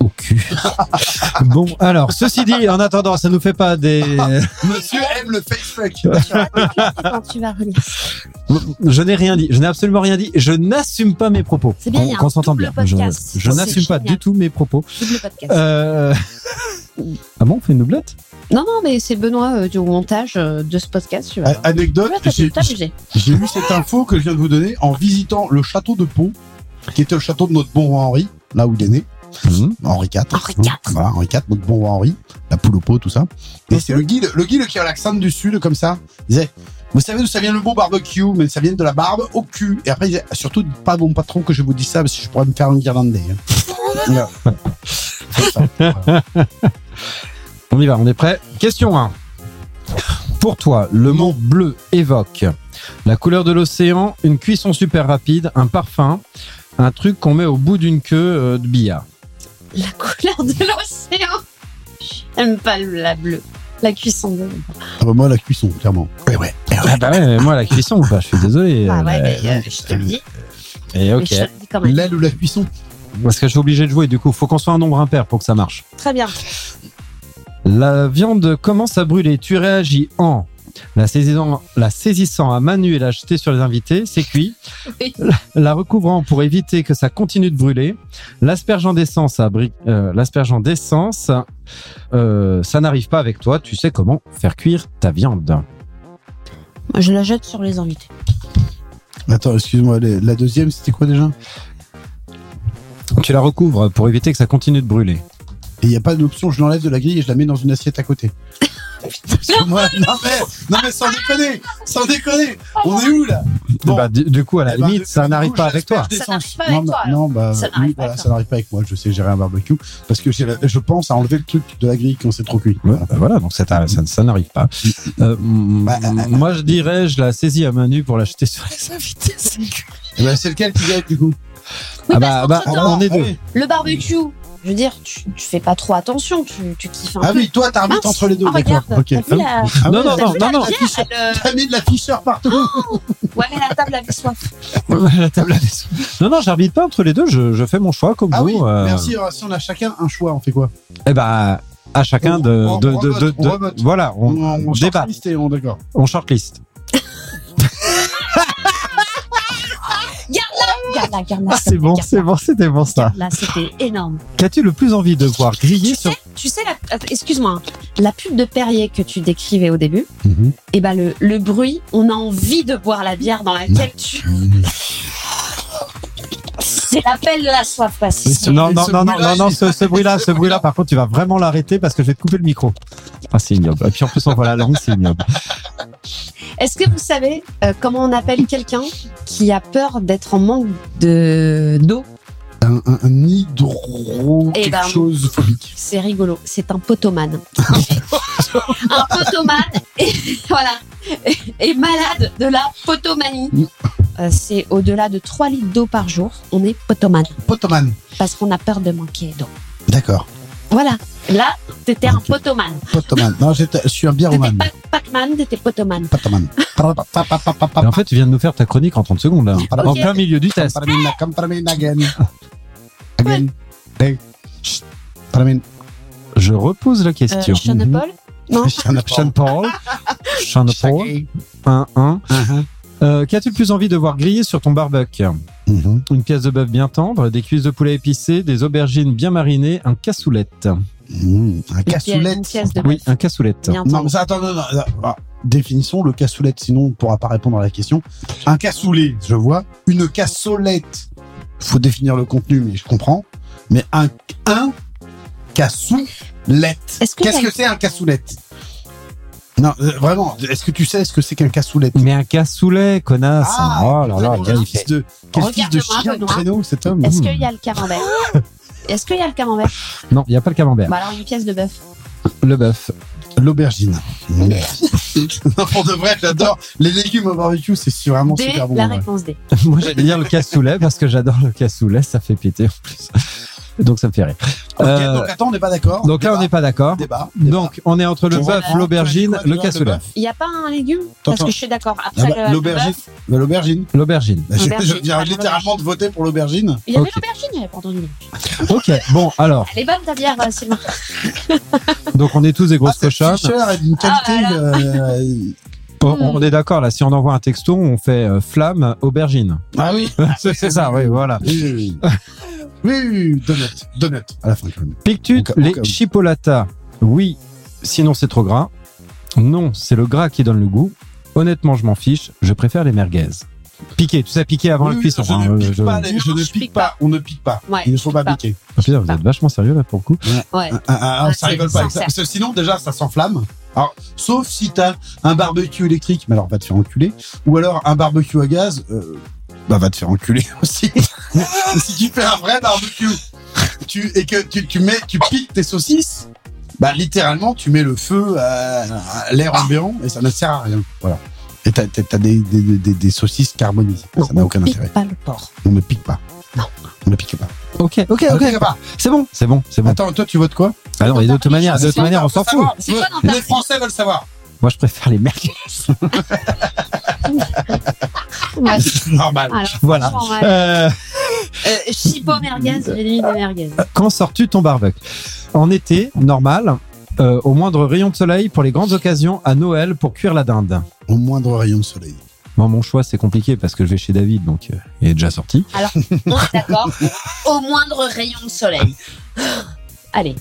Au cul. Bon, alors, ceci dit, en attendant, ça nous fait pas des... Monsieur aime le facefuck. Quand tu vas relire. Je n'ai rien dit, je n'ai absolument rien dit, je n'assume pas mes propos. C'est bien, qu'on, il y a qu'on un s'entend double bien. Je, podcast. je C'est n'assume pas génial. du tout mes propos. Double podcast. Euh... Ah bon, on fait une doublette? Non, non, mais c'est Benoît euh, du montage euh, de ce podcast. Tu vas A- voir. Anecdote, Tu vas j'ai, t'amuser. j'ai eu cette info que je viens de vous donner en visitant le château de Pau, qui était le château de notre bon roi Henri, là où il est né. Mmh. Henri quatre. Henri quatre. Voilà, Henri quatre, notre bon roi Henri. La poule au pot, tout ça. Et c'est le guide, le guide qui a l'accent du sud, comme ça. Il disait, vous savez d'où ça vient le mot barbecue? Mais ça vient de la barbe au cul. Et après, il disait, surtout, dites pas à mon patron que je vous dis ça, parce que je pourrais me faire un guirlandais. Hein. C'est ça. On y va, on est prêt. Question un. Pour toi, le mot bleu évoque la couleur de l'océan, une cuisson super rapide, un parfum, un truc qu'on met au bout d'une queue euh, de billard. La couleur de l'océan. J'aime pas le- la bleue. La cuisson bleue. Ah bah moi, la cuisson, clairement. Ouais, ouais. Ah bah ouais, moi la cuisson ou pas, je suis désolé. Ah ouais, Euh, mais euh, je te le dis. Et Mais ok, je te le dis quand même. L'aile ou la cuisson? parce que je suis obligé de jouer, du coup, faut qu'on soit un nombre impair pour que ça marche. Très bien. La viande commence à brûler, tu réagis en la saisissant, la saisissant à main nue et la jeter sur les invités, c'est cuit. Oui. La recouvrant pour éviter que ça continue de brûler. L'aspergeant d'essence, à bri- euh, l'aspergeant d'essence, euh, ça n'arrive pas avec toi. Tu sais comment faire cuire ta viande. Moi, je la jette sur les invités. Attends, excuse-moi, les- la deuxième, c'était quoi déjà? Tu la recouvres pour éviter que ça continue de brûler. Et il n'y a pas d'option, je l'enlève de la grille et je la mets dans une assiette à côté. Parce que moi, non mais, non mais sans déconner, sans déconner, on est où là? Bon. Bah, du, du coup, à la Eh ben, limite, du- ça du n'arrive coup, pas avec toi. j'espère Ça d'essence. n'arrive pas avec non, toi, bah, non, bah, Ça oui, n'arrive pas voilà, avec ça n'arrive pas avec moi. Je sais gérer un barbecue parce que j'ai la- je pense à enlever le truc de la grille quand c'est trop cuit. Ouais, bah voilà, donc ça, ça, ça n'arrive pas. Euh, m- Bah, m- moi, je dirais, je la saisis à main nue pour la jeter sur les invités. C'est cuit. Et ben, c'est lequel qui gagne du coup? Oui, Ah bah, parce bah, qu'entre-temps, on est Ah deux. oui. le barbecue, je veux dire, tu, tu fais pas trop attention, tu, tu kiffes un Ah peu. oui, toi t'arbitres Mince. entre les deux, Oh, d'accord. regarde, Ok. t'as vu la... Ah Non, ouais, non, t'as non, mis non, la non. ficheur- Elle, euh, T'as mis de l'afficheur partout. Ouais, mais la table avait soif. La table à vaisseau. Non, non, j'arbitre pas entre les deux, je, je fais mon choix comme Ah vous. oui, euh, merci. Alors, si on a chacun un choix, on fait quoi? Eh ben, à chacun de, On- on de, de, revote, de, on de- revote. voilà, on, On, on débat, shortlist et on d'accord. on shortlist. Garde-la, garde-la. Ah, c'est bon, c'est bon, c'était bon ça. Là, c'était énorme. Qu'as-tu le plus envie de voir griller Tu sur... sais, tu sais la... attends, excuse-moi, hein. La pub de Perrier que tu décrivais au début, Mhm. et ben le, le bruit, on a envie de boire la bière dans laquelle tu... C'est l'appel de la soif, quoi. C'est- c'est- Non, Et non, ce non, non, bruit-là, non, non, il- ce, ce bruit-là, ce bruit-là, par contre, tu vas vraiment l'arrêter parce que je vais te couper le micro. Ah, c'est ignoble. Et puis en plus, on voit la langue, c'est ignoble. Est-ce que vous savez euh, comment on appelle quelqu'un qui a peur d'être en manque de d'eau? Un, un, un hydro Eh quelque ben, chose phobique. C'est rigolo, c'est un potomane. Un potomane, et, voilà, est, est malade de la potomanie. Euh, c'est au-delà de trois litres d'eau par jour, on est potomane, Potoman. parce qu'on a peur de manquer d'eau. D'accord. Voilà, là, t'étais Ok. un potomane. Potoman. Non, j'étais- je suis un T'étais biéromane. pas Pac-Man, t'étais potomane. Potoman. Et en fait, tu viens de nous faire ta chronique en trente secondes, là. Ok. En plein milieu du test. Comparamin again. Again. Hey. Chut. Comparamin. Je repose la Euh, question. Sean Paul? Non. Sean Sean Paul. Sean Paul. Shaggy. un un. Uh-huh. Euh, qu'as-tu le plus envie de voir griller sur ton barbecue? Mhm. Une pièce de bœuf bien tendre, des cuisses de poulet épicées, des aubergines bien marinées, un cassoulette. Mhm. Un Une cassoulette. pièce de Oui, bœuf. un cassoulette. Bien Non, tendre. mais ça, attends, non, non, non. Ah, définissons le cassoulette, sinon on ne pourra pas répondre à la question. Un cassoulet, je vois. Une cassolette, faut définir le contenu, mais je comprends. Mais un, un cassoulette. Est-ce que Qu'est-ce t'as- que c'est un cassoulette? Non, euh, vraiment, est-ce que tu sais ce que c'est qu'un cassoulette? Mais un cassoulet, connasse. Ah, oh là là, vraiment, quel quel fils de, quel fils de Regarde-moi, chien de Benoît. traîneau, cet homme. Est-ce Mmh. qu'il y a le camembert? Est-ce qu'il y a le camembert? Non, il n'y a pas le camembert. Bah alors une pièce de bœuf. Le bœuf. L'aubergine. Mmh. Non, pour de vrai, j'adore. Les légumes au barbecue, c'est vraiment D, super bon. la ouais. réponse D. Moi, j'allais dire le cassoulet parce que j'adore le cassoulet, ça fait péter en plus. Donc ça me fait rire. Ok, Euh, donc attends, on n'est pas d'accord. donc là, on Débat. n'est pas d'accord. Débat. débat. Donc, on est entre le On bœuf, reprend. l'aubergine, Tu as dit quoi, le déjà, cassoulet. le bœuf Il n'y a pas un légume Parce T'entends. que je suis d'accord. Ah Après, bah, le- l'aubergine. le bœuf, Bah, l'aubergine. L'aubergine. Bah, je, L'aubergine, je viens pardon, littéralement de voter pour l'aubergine. Il y avait Ok. l'aubergine, il n'y avait pas entendu. Ok, bon, alors, Elle est bonne ta bière, euh, Sylvain. donc on est tous des grosses Ah, cette cochonnes. ficheur est d'une qualité. Ah, euh, On, on est d'accord, là, si on envoie un texto, on fait euh, flamme, aubergine. Ah oui. c'est c'est ça, oui, voilà. Oui, oui, oui. Oui, oui, donut, donut, à la fin quand même. Pique-tu Au cas- au les cas où. chipolatas? Oui, sinon c'est trop gras. Non, c'est le gras qui donne le goût. Honnêtement, je m'en fiche, je préfère les merguez. Piquer, tu sais piquer avant Oui, la oui, cuisson. je hein, ne euh, pique je- pas, les- je Non, ne je pique pique pas, pas. on ne pique pas. Ouais, Il ne je faut pique pas pas. piquer. Ah, putain, vous êtes vachement sérieux là pour le coup. Ouais. Ah, ah, ah, Ouais, ça c'est rigole pas avec ça. sincère. Parce que sinon, déjà, ça s'enflamme. Alors, sauf si t'as un barbecue électrique, mais alors va te faire enculer. Ou alors un barbecue à gaz, euh, bah va te faire enculer aussi. Si tu fais un vrai barbecue tu, et que tu, tu mets, tu piques tes saucisses, bah littéralement, tu mets le feu à, à l'air ambiant et ça ne sert à rien. Voilà. Et t'as, t'as, t'as des, des, des, des saucisses carbonisées. Non, Ça n'a aucun on pique intérêt. pas le porc. On ne pique pas. Non. On ne pique pas. Ok, ok, On ne ok. pique pas. C'est bon, c'est bon, c'est bon. Attends, toi, tu votes quoi? Ah non, et de toute manière, de C'est toute quoi, manière, on s'en fout. C'est quoi dans ta Les Français veulent savoir. Moi, je préfère les merguez. Ouais. Normal. Alors, Voilà. franchement, ouais. Euh, Euh, Chipo merguez, j'ai mis des merguez. quand sors-tu ton barbecue? En été, normal, euh, au moindre rayon de soleil pour les grandes occasions, à Noël pour cuire la dinde. Au moindre rayon de soleil. Moi, mon choix, c'est compliqué parce que je vais chez David, donc euh, il est déjà sorti. Alors, on est d'accord. Au moindre rayon de soleil. Allez.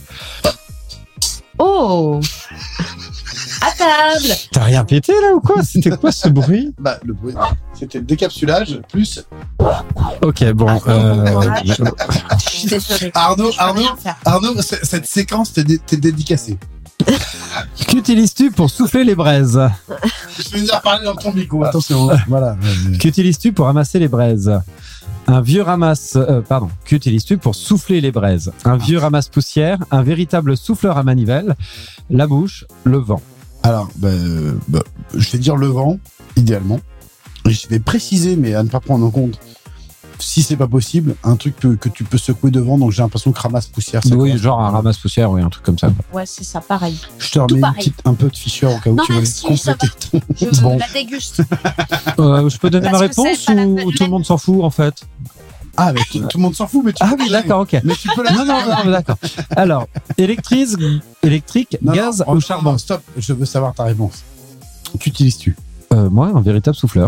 Oh, à table. T'as rien pété là ou quoi? C'était quoi ce bruit? Bah, le bruit, c'était le décapsulage plus Ok, bon. Ah, euh, courage. je- Je suis désolée. Arnaud, Je peux Arnaud, rien faire. Arnaud, c- cette séquence t'es, dé- t'es dédicacée. Qu'utilises-tu pour souffler les braises? Je vais venir parler dans ton micro. Attention. Voilà. Qu'utilises-tu pour ramasser les braises? Un vieux ramasse, euh, pardon, qu'utilises-tu pour souffler les braises? Un vieux ramasse-poussière, un véritable souffleur à manivelle, la bouche, le vent. Alors, bah, euh, bah, je vais dire le vent, idéalement. Et je vais préciser, mais à ne pas prendre en compte, si c'est pas possible, un truc que, que tu peux secouer devant. Donc j'ai l'impression que ramasse poussière. ça Oui, correspond. genre un ramasse-poussière, oui, un truc comme ça. Ouais, c'est ça, pareil. Je te remets Tout une pareil. petite, un peu de ficheur au cas où Non, tu veux merci, compléter ton. Je Bon. la déguste. Euh, je peux donner Parce ma que c'est réponse pas la ou peine. tout le monde s'en fout en fait? Ah, mais tout, tout le monde s'en fout, mais tu Ah peux oui, la- d'accord, ok. Mais tu peux la Non, non, non, d'accord. Alors, électrique, électrique, Non, gaz non, ou non, charbon? non, stop, je veux savoir ta réponse. Qu'utilises-tu? Euh, moi, un véritable souffleur.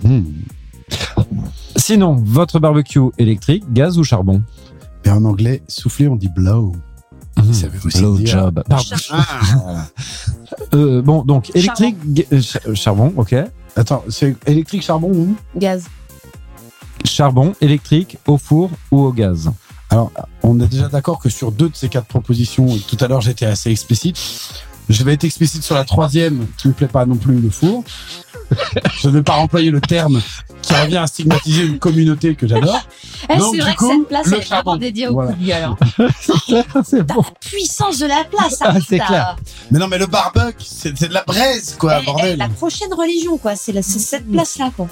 Sinon, votre barbecue électrique, gaz ou charbon? Et en anglais, souffler, on dit blow. Ça veut aussi Blow dire- job. Pardon. Ah. Euh, bon, donc électrique, ga- euh, ch- euh, charbon, ok. Attends, c'est électrique, charbon ou Gaz. Charbon, électrique, au four ou au gaz? Alors, on est déjà d'accord que sur deux de ces quatre propositions, tout à l'heure j'étais assez explicite. Je vais être explicite sur la troisième, qui me plaît pas non plus, le four. Je ne vais pas employer le terme qui revient à stigmatiser une communauté que j'adore. Eh, Donc, c'est du vrai coup, que cette place le elle est vraiment charbon. dédiée au Voilà. coup de gueule. hein. C'est T'as bon. la puissance de la place. Ah, arrive, c'est t'as- clair. Mais non, mais le barbecue, c'est c'est de la braise, quoi, Eh, eh, bordel. la prochaine religion, quoi. C'est la- c'est cette place-là, quoi.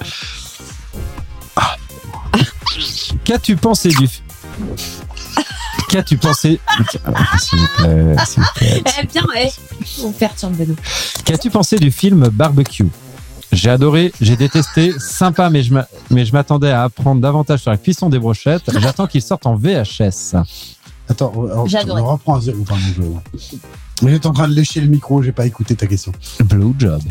Qu'as-tu pensé du... f- Qu'as-tu pensé... Ah, s'il vous plaît, s'il vous plaît. Eh bien, eh, on perturbe Benoît. Qu'as-tu pensé du film Barbecue? J'ai adoré, j'ai détesté, sympa, mais je m'a- mais je m'attendais à apprendre davantage sur la cuisson des brochettes. J'attends qu'il sorte en V H S. Attends, alors, J'ai on adoré. reprend à zéro, pardon. Je... Mais j'étais en train de lécher le micro, j'ai pas écouté ta question. Blue job.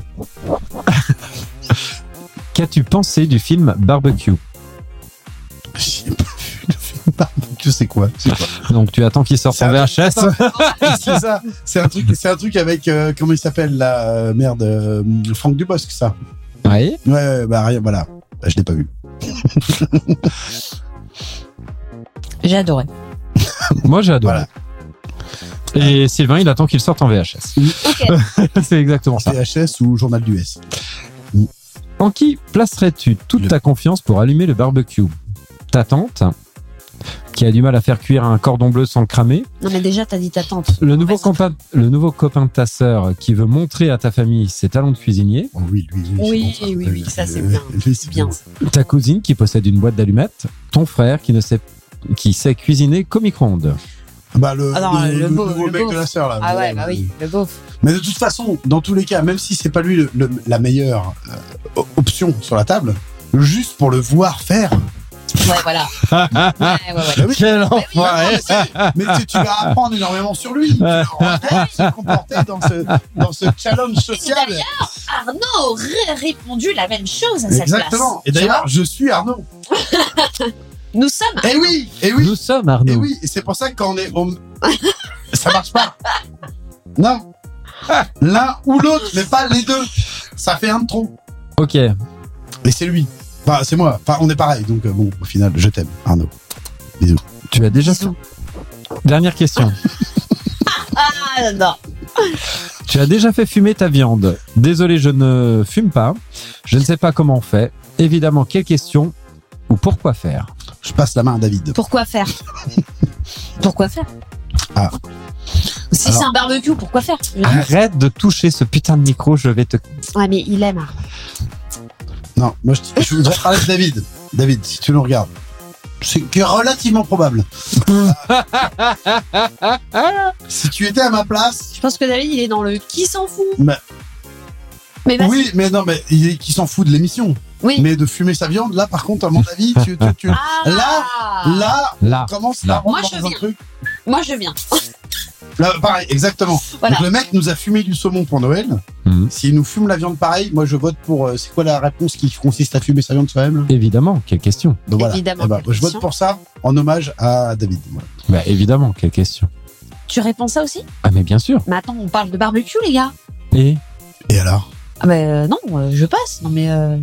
Qu'as-tu pensé du film Barbecue? J'ai pas vu le film barbecue, c'est quoi? C'est quoi? Donc tu attends qu'il sorte C'est en un- V H S. C'est ça. C'est un truc, c'est un truc avec euh, comment il s'appelle la euh, merde, euh, Franck Dubosc, ça. Oui. Ouais, ouais, bah rien, voilà. Bah, je l'ai pas vu. J'ai adoré. Moi j'ai adoré. Voilà. Et Sylvain, il attend qu'il sorte en V H S. Ok. C'est exactement ça. P H S ou Journal du S. En qui placerais-tu toute Le- ta confiance pour allumer le barbecue? Ta tante, qui a du mal à faire cuire un cordon bleu sans le cramer. Non, mais déjà, t'as dit ta tante. Le nouveau, Vas-y. copain, le nouveau copain de ta sœur qui veut montrer à ta famille ses talents de cuisinier. Oh, oui, lui, lui. Oui, c'est bon, oui, oui, ça, c'est Euh, bien. lui, c'est Bien. bon. ça. Ta cousine qui possède une boîte d'allumettes. Ton frère qui ne sait qui sait cuisiner qu'au micro-ondes. Bah, le, Ah non, le, le le beau- nouveau le mec beau. de la sœur, là. Ah ouais, Ouais, bah oui, le beauf. Mais de toute façon, dans tous les cas, même si c'est pas lui le, le- la meilleure euh, option sur la table, juste pour le voir faire. Ouais, voilà. Ouais, ouais, ouais. Bah oui. Quel Ouais, enfoiré. c'est- mais tu, tu vas apprendre énormément sur lui. Tu vas regarder se comporter dans ce, dans ce challenge social. d'ailleurs, Arnaud aurait répondu la même chose à cette Exactement. place. Et d'ailleurs, je suis Arnaud. Nous sommes. Eh oui, eh oui, Nous sommes eh Arnaud. oui. Et c'est pour ça que quand on est au... ça marche pas. Non. L'un ou l'autre, mais pas les deux. Ça fait un de trop. Ok. Et c'est lui. Enfin, c'est moi. Enfin, on est pareil. Donc, euh, bon, au final, je t'aime, Arnaud. Bisous. Tu as déjà. Bisous. Dernière question. Ah non. Tu as déjà fait fumer ta viande. Désolé, je ne fume pas. Je ne sais pas comment on fait. Évidemment, quelle question ou pourquoi faire? Je passe la main à David. Pourquoi faire Pourquoi faire Ah. Si Alors- c'est un barbecue, pourquoi faire Arrête de toucher ce putain de micro, je vais te. Ouais, mais il aime. Arnaud. Non, moi, je, je voudrais parler de David. David, si tu nous regardes. C'est qui est relativement probable. Si tu étais à ma place. Je pense que David, il est dans le qui s'en fout. Mais- Mais vas-y. Oui, mais non, mais il est qui s'en fout de l'émission. Oui. Mais de fumer sa viande, là, par contre, à mon avis, tu, tu, tu- Ah. là, là, Là. on commence Là. à rentrer Moi, je dans un viens. truc. Moi, je viens. Là, pareil, exactement. Voilà. Donc le mec nous a fumé du saumon pour Noël. Mhm. S'il nous fume la viande pareil, moi je vote pour. euh, c'est quoi la réponse qui consiste à fumer sa viande soi-même là Évidemment, quelle question? Donc voilà. Évidemment, Eh ben, quelle je vote question. pour ça en hommage à David. Voilà. Bah évidemment, quelle question? Tu réponds ça aussi? Ah mais bien sûr. Mais attends, on parle de barbecue, les gars. Et Et alors, Ah bah euh, non, euh, je passe. Non mais euh,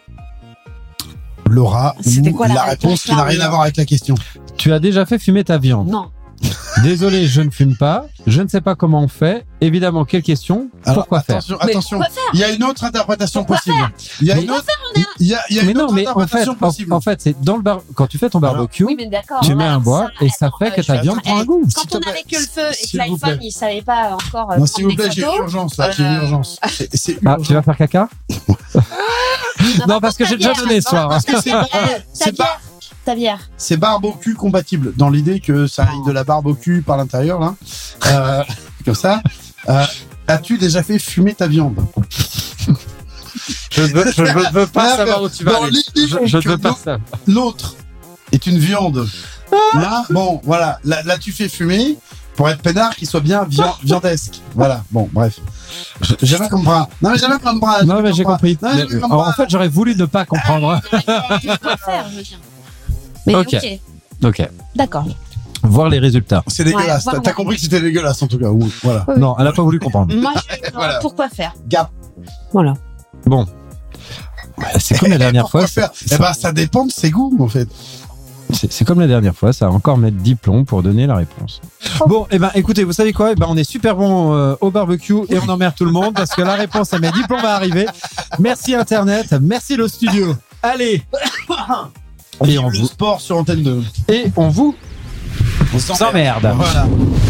Laura, C'était ou quoi la la réponse, réponse qui n'a là, rien oui. à voir avec la question. tu as déjà fait fumer ta viande. non. Désolé, je ne fume pas. Je ne sais pas comment on fait. Évidemment, quelle question? Alors, Pourquoi faire? attention, Mais attention. pourquoi faire Il y a une autre interprétation Pourquoi possible. Il y a Mais- une autre. Il y a, il y a Mais une non, autre mais en fait, interprétation en, possible. en fait, c'est dans le bar. Quand tu fais ton barbecue, Oui, mais d'accord. tu mets voilà, un bois et ça attends, fait euh, que je ta vais- viande prend un Eh, goût. S'il Quand te on plaît, avait que le feu et que s'il vous l'iPhone, plaît. il savait pas encore. euh, Non, prendre s'il vous des plaît, j'ai une photos. urgence là. J'ai une Euh, urgence. C'est- C'est Ah, urgent. tu vas faire caca? Non, par parce que contre, j'ai déjà ta donné bière, ce soir. Parce que c'est Eh, ta c'est pas. bière, ta bière. C'est barbecue compatible, dans l'idée que ça aille de la barbecue par l'intérieur, là. Euh, comme ça. Euh, As-tu déjà fait fumer ta viande? Je ne veux, je ne veux pas Là, savoir où tu vas dans aller. l'idée Je, je ne que veux pas l'autre- ça. L'autre est une viande. Là, bon, voilà. Là, là, tu fais fumer pour être peinard, qu'il soit bien vian- viandesque. Voilà. Bon, bref. Je- J'aimerais comprendre. Non, mais j'aimerais comprendre. Non, mais j'ai compris. Non, mais j'ai Mais, compris. en fait, j'aurais voulu ne pas comprendre. Pourquoi faire, je viens. Mais Ok. ok. Ok. D'accord. Voir les résultats. C'est dégueulasse. Ouais, T'as- voilà. T'as compris que c'était dégueulasse, en tout cas. Oui, voilà. Non, elle n'a pas voulu comprendre. Moi, je... Voilà. pourquoi faire? Gap. Voilà. Bon. C'est comme la dernière Pourquoi fois. faire Eh ben, ça dépend de ses goûts, en fait. C'est c'est comme la dernière fois, ça va encore mettre dix plombs pour donner la réponse. Bon, eh ben, écoutez, vous savez quoi? Eh ben, on est super bon euh, au barbecue et on emmerde tout le monde parce que la réponse à mes dix plombs va arriver. Merci Internet, merci le studio. Allez, et on Le vous sport sur Antenne deux. et on vous s'emmerde. Voilà.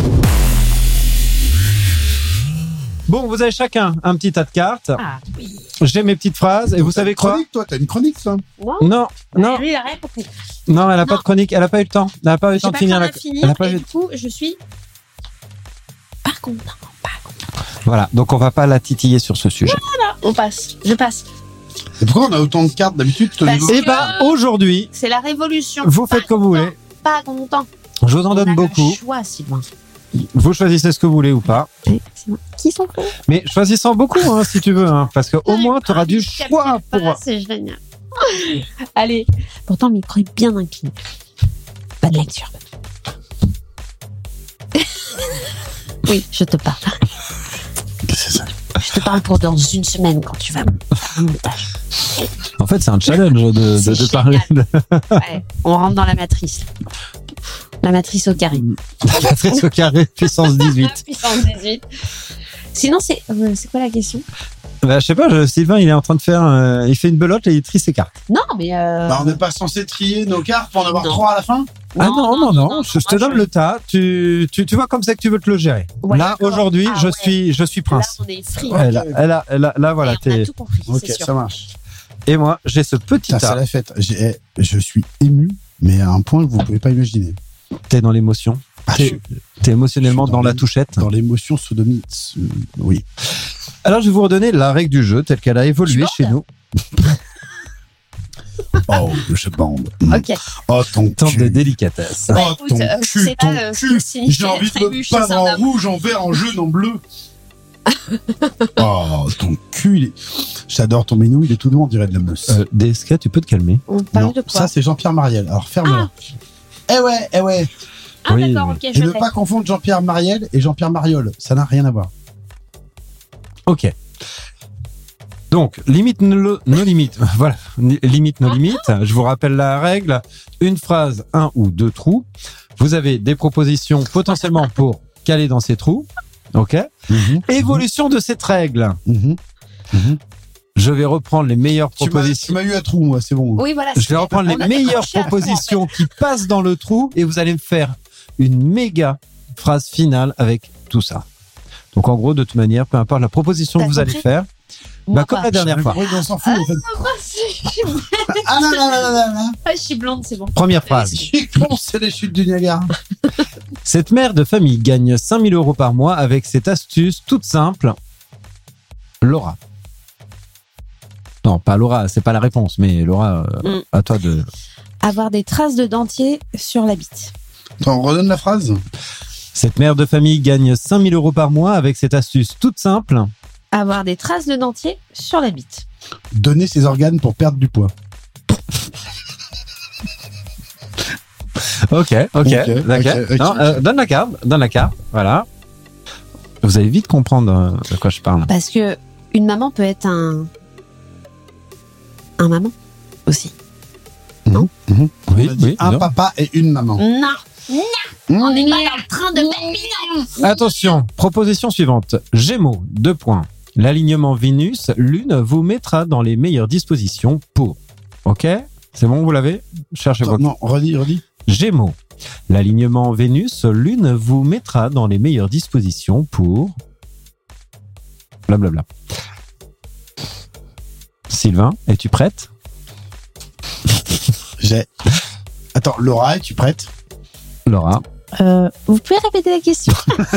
Bon, vous avez chacun un petit tas de cartes. Ah oui. J'ai mes petites phrases et vous T'as savez une quoi? chronique, toi, t'as une chronique, ça. Non. Non, non, Lui, il a rien compris. non, elle a pas Non. de chronique, elle a pas eu le temps. Elle a pas eu le J'ai temps de pas finir le la. temps de finir. Elle a pas Et eu- du coup, je suis pas content. Pas content. Voilà, donc on va pas la titiller sur ce sujet. On passe. Je passe. Et pourquoi on a autant de cartes d'habitude? te Parce dis- Et ben, aujourd'hui, C'est la révolution. vous faites Pas comme vous voulez. Pas content. Je vous en On donne a beaucoup. Le choix, Sylvain. Vous choisissez ce que vous voulez ou pas. Eh, c'est moi. Qui s'en fout? Mais choisissant beaucoup, hein, si tu veux, hein, parce qu'au moins, tu auras du Je choix calcule pas, pour. C'est génial. Allez. Pourtant, le micro est bien incliné. Pas de lecture. Oui, je te parle. C'est ça. Je te parle pour dans une semaine quand tu vas faire un montage. En fait, c'est un challenge de, de, C'est de parler de Ouais, on rentre dans la matrice. La matrice au carré. la matrice au carré puissance dix-huit. Puissance dix-huit. Sinon, c'est euh, c'est quoi la question? Bah, je sais pas, je- Sylvain, il est en train de faire. euh, il fait une belote et il trie ses cartes. Non, mais. Euh... Bah, on n'est pas censé trier nos cartes pour en avoir Non. trois à la fin? ah non, non, non, je, je te moi, donne le tas. Tu, tu, tu vois comme c'est que tu veux te le gérer. Ouais, là, d'accord. aujourd'hui, Ah je ouais. suis, je suis Là, prince. on est free. Ouais, là, là, là, là, voilà, Et on a t'es. tout compris, Ok, c'est sûr. ça marche. Et moi, j'ai ce petit Ça, c'est tas. la fête. J'ai- Je suis ému. mais à un point que vous pouvez pas imaginer. T'es dans l'émotion. Ah, je T'es, suis t'es émotionnellement je suis dans dans, la les- touchette. dans l'émotion sodomie. euh, Oui. Alors, je vais vous redonner la règle du jeu telle qu'elle a évolué Tu chez nous. Oh, je bande. Ok. Oh, ton Tant de cul. délicatesse. Bah, Oh, écoute, ton euh, cul, c'est ton pas, euh, ce cul. que signifie J'ai envie de prévu me chez peindre un en homme. rouge, en vert, en jaune, en bleu. Oh, ton cul, il est... J'adore ton menu, il est tout doux, on dirait de la mousse. Euh, D S K, tu peux te calmer. On parle Non, de quoi ça c'est Jean-Pierre Mariel. Alors ferme-la. Eh ouais, eh ouais. Ah Oui, d'accord, oui. ok, Et je ne l'ai. pas confondre Jean-Pierre Mariel et Jean-Pierre Mariol. Ça n'a rien à voir. Ok. Donc, limite nos, nos limites. Voilà. Limite nos limites. Je vous rappelle la règle. Une phrase, un ou deux trous. Vous avez des propositions potentiellement pour caler dans ces trous. Ok. Mhm. Évolution de cette règle. Mhm. Mhm. Je vais reprendre les meilleures Tu m'as tu propositions. m'as eu à trou, moi, c'est bon. Oui, voilà. Je vais reprendre on les a meilleures accroché à fond, propositions qui passent dans le trou et vous allez me faire une méga phrase finale avec tout ça. Donc en gros, de toute manière, peu importe la proposition T'as que vous allez compris faire, Moi bah, comme pas. la dernière fois. Oui, on s'en fout, en fait. Ah là là là là là là. Ah, je suis blonde, c'est bon. Première phrase. Je suis con, c'est les chutes du Niagara. Cette mère de famille gagne cinq mille euros par mois avec cette astuce toute simple. Laura. Non, pas Laura, c'est pas la réponse, mais Laura, euh, Mm. à toi de... Avoir des traces de dentier sur la bite. Attends, on redonne la phrase. Cette mère de famille gagne cinq mille euros par mois avec cette astuce toute simple. Avoir des traces de dentier sur la bite. Donner ses organes pour perdre du poids. Ok, ok, Ok, d'accord. ok, ok. Non, euh, donne la carte, donne la carte, voilà. Vous allez vite comprendre euh, de quoi je parle. Parce que une maman peut être un un maman aussi. Mhm. Oui, On a dit oui. un non. papa et une maman. Non, Mmh. on n'est pas dans le train de Babylone. Attention, proposition suivante. Gémeaux, deux points. L'alignement Vénus, Lune vous mettra dans les meilleures dispositions pour. Ok? C'est bon, vous l'avez? Cherchez Attends, votre. non, redis, redis. Gémeaux. L'alignement Vénus, Lune vous mettra dans les meilleures dispositions pour. Blablabla. Sylvain, es-tu prête? J'ai. Attends, Laura, es-tu prête? Laura. Euh, vous pouvez répéter la question?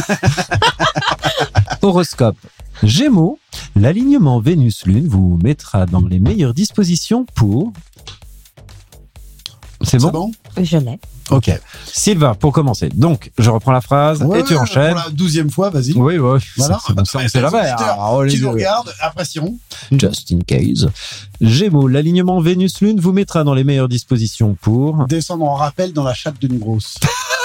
Horoscope. Gémeaux, l'alignement Vénus-Lune vous mettra dans les meilleures dispositions pour. C'est bon? C'est bon? Je l'ai. Ok. Sylvain, pour commencer. Donc, je reprends la phrase Ouais, et tu ouais, enchaînes. Pour la douzième fois, vas-y. Oui, oui. Voilà. C'est bon, ça, on sait Les jamais. auditeurs Ah, oh, les Qui nous yeux. regarde, impression. Just in case. Gémeaux, l'alignement Vénus-Lune vous mettra dans les meilleures dispositions pour. Descendre en rappel dans la chatte d'une grosse.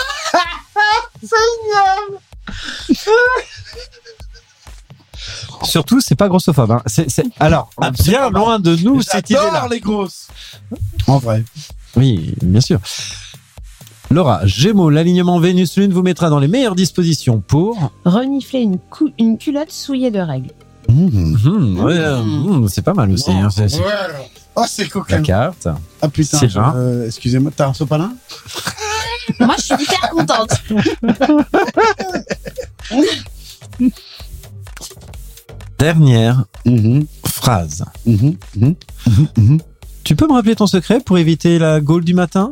Surtout, c'est pas grossophobe. Hein. C'est, c'est... Alors, bien loin de nous cette idée-là. J'adore les grosses. En vrai. Oui, bien sûr. Laura, Gémeaux, l'alignement Vénus-Lune vous mettra dans les meilleures dispositions pour. Renifler une, cou- une culotte souillée de règles. Mmh. Hum, ouais, hum, c'est pas mal aussi. Hein. C'est, c'est Ouais. Oh, c'est la coquin. carte. Ah putain. Sylvain. euh, excusez-moi, t'as un sopalin? Moi, je suis hyper contente. Dernière Mhm. phrase. Mhm. Mhm. Mhm. Mhm. Tu peux me rappeler ton secret pour éviter la gaule du matin?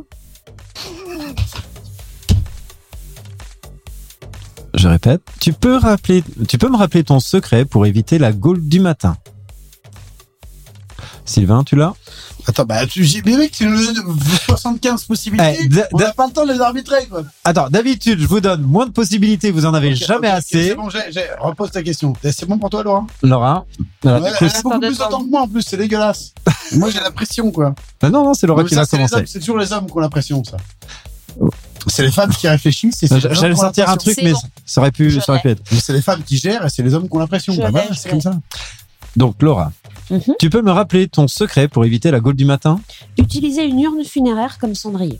Je répète, tu peux rappeler, tu peux me rappeler ton secret pour éviter la gaule du matin. Sylvain, tu l'as? Attends, bah, tu, j'ai, mais mec, tu nous donnes soixante-quinze possibilités. Eh, d- On d- n'a pas le temps de les arbitrer, quoi. Attends, d'habitude, je vous donne moins de possibilités, vous en avez Ok, jamais ok, ok, assez. C'est bon, j'ai, j'ai, repose ta question. Eh, C'est bon pour toi, Laura? Laura. Voilà, Ouais, du coup, elle a c'est- beaucoup Attends, plus de attends. temps que moi, en plus, c'est dégueulasse. Moi, j'ai la pression, quoi. Ah non, non, c'est Laura Non, mais qui ça, va c'est les commencer. hommes, c'est toujours les hommes qui ont la pression, ça. Oh. C'est les femmes qui réfléchissent et c'est les hommes J'allais qui ont la sortir un pression. truc, C'est mais bon. ça aurait pu, Je ça aurait pu être. Mais c'est les femmes qui gèrent et c'est les hommes qui ont la pression. Je Bah, l'ai, voilà, je c'est l'ai. comme ça. Donc, Laura, Mhm. tu peux me rappeler ton secret pour éviter la gaule du matin? Utiliser une urne funéraire comme cendrier.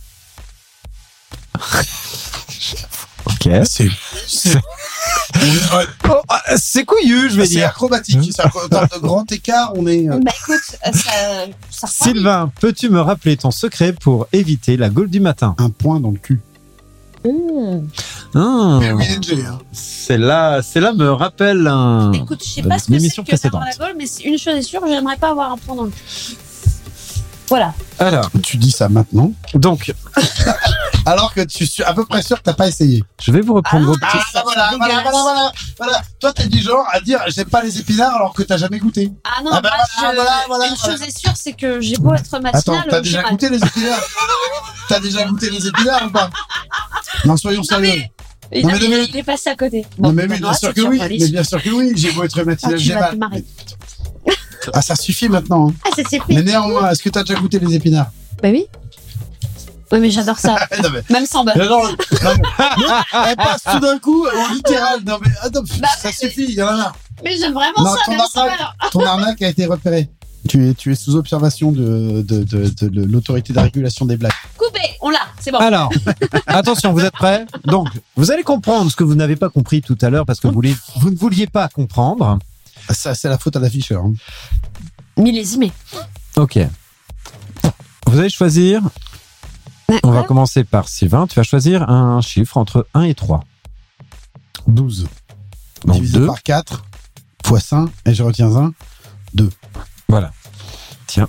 Ok. C'est, c'est, on- ouais, Oh, ah, c'est couillu, je vais c'est dire. acrobatique. C'est acro- dans de grand écart, on est. euh, Bah écoute, euh, ça, ça ressemble. Sylvain, peux-tu me rappeler ton secret pour éviter la gaule du matin? un point dans le cul. Mmh. Ah, Mais oui, N G, hein. c'est là, c'est là me rappelle un. Écoute, je sais de pas ce que c'est l'émission que d'avoir précédente. la gaule, mais c'est une chose est sûre, j'aimerais pas avoir un point dans le cul. Voilà. Alors, Tu dis ça maintenant. donc, Alors que tu suis à peu près sûr que t'as pas essayé. je vais vous reprendre Ah, vos Ah, petits... bah voilà, c'est voilà, dégueulasse. voilà, voilà, voilà. Toi, t'es du genre à dire j'aime pas les épinards alors que t'as jamais goûté. Ah non, Ah bah moi, voilà, je- voilà, voilà, une voilà. chose est sûre, c'est que j'ai beau être matinale. Attends, t'as j'ai déjà mal. goûté les épinards T'as déjà goûté les épinards ou pas Non, soyons Non, sérieux. mais, il, Non, a- mais il- mais- il est passé à côté. Non, Bon, mais oui, Benoît, bien sûr c'est que oui. surprise. Mais bien sûr que oui. J'ai beau être Ah, matinal, tu j'ai vas mal. te marrer. Ah, ça suffit maintenant. hein. Ah, ça c'est Mais fait. néanmoins, est-ce que t'as déjà goûté les épinards Bah oui. Oui, mais j'adore ça. Non, mais. Même sans beurre. J'adore le- non, mais- Elle passe tout d'un coup au littéral. Non, mais attends, pff, Bah, ça suffit, il y en a marre. Mais j'aime vraiment Non, ça, ton même sans arnaque. beurre. Ton arnaque a été repérée. Tu es, tu es sous observation de, de, de, de, de l'autorité de régulation des blagues. Coupé, on l'a, c'est bon. Alors, attention, vous êtes prêts? Donc, vous allez comprendre ce que vous n'avez pas compris tout à l'heure parce que vous, voulez, vous ne vouliez pas comprendre. Ça, c'est la faute à l'afficheur. Hein. Millésimé. Ok. Vous allez choisir... On va D'accord. commencer par Sylvain. Tu vas choisir un chiffre entre un et trois. douze. Donc Divisé deux. par quatre, fois cinq, et je retiens un. Voilà. Tiens.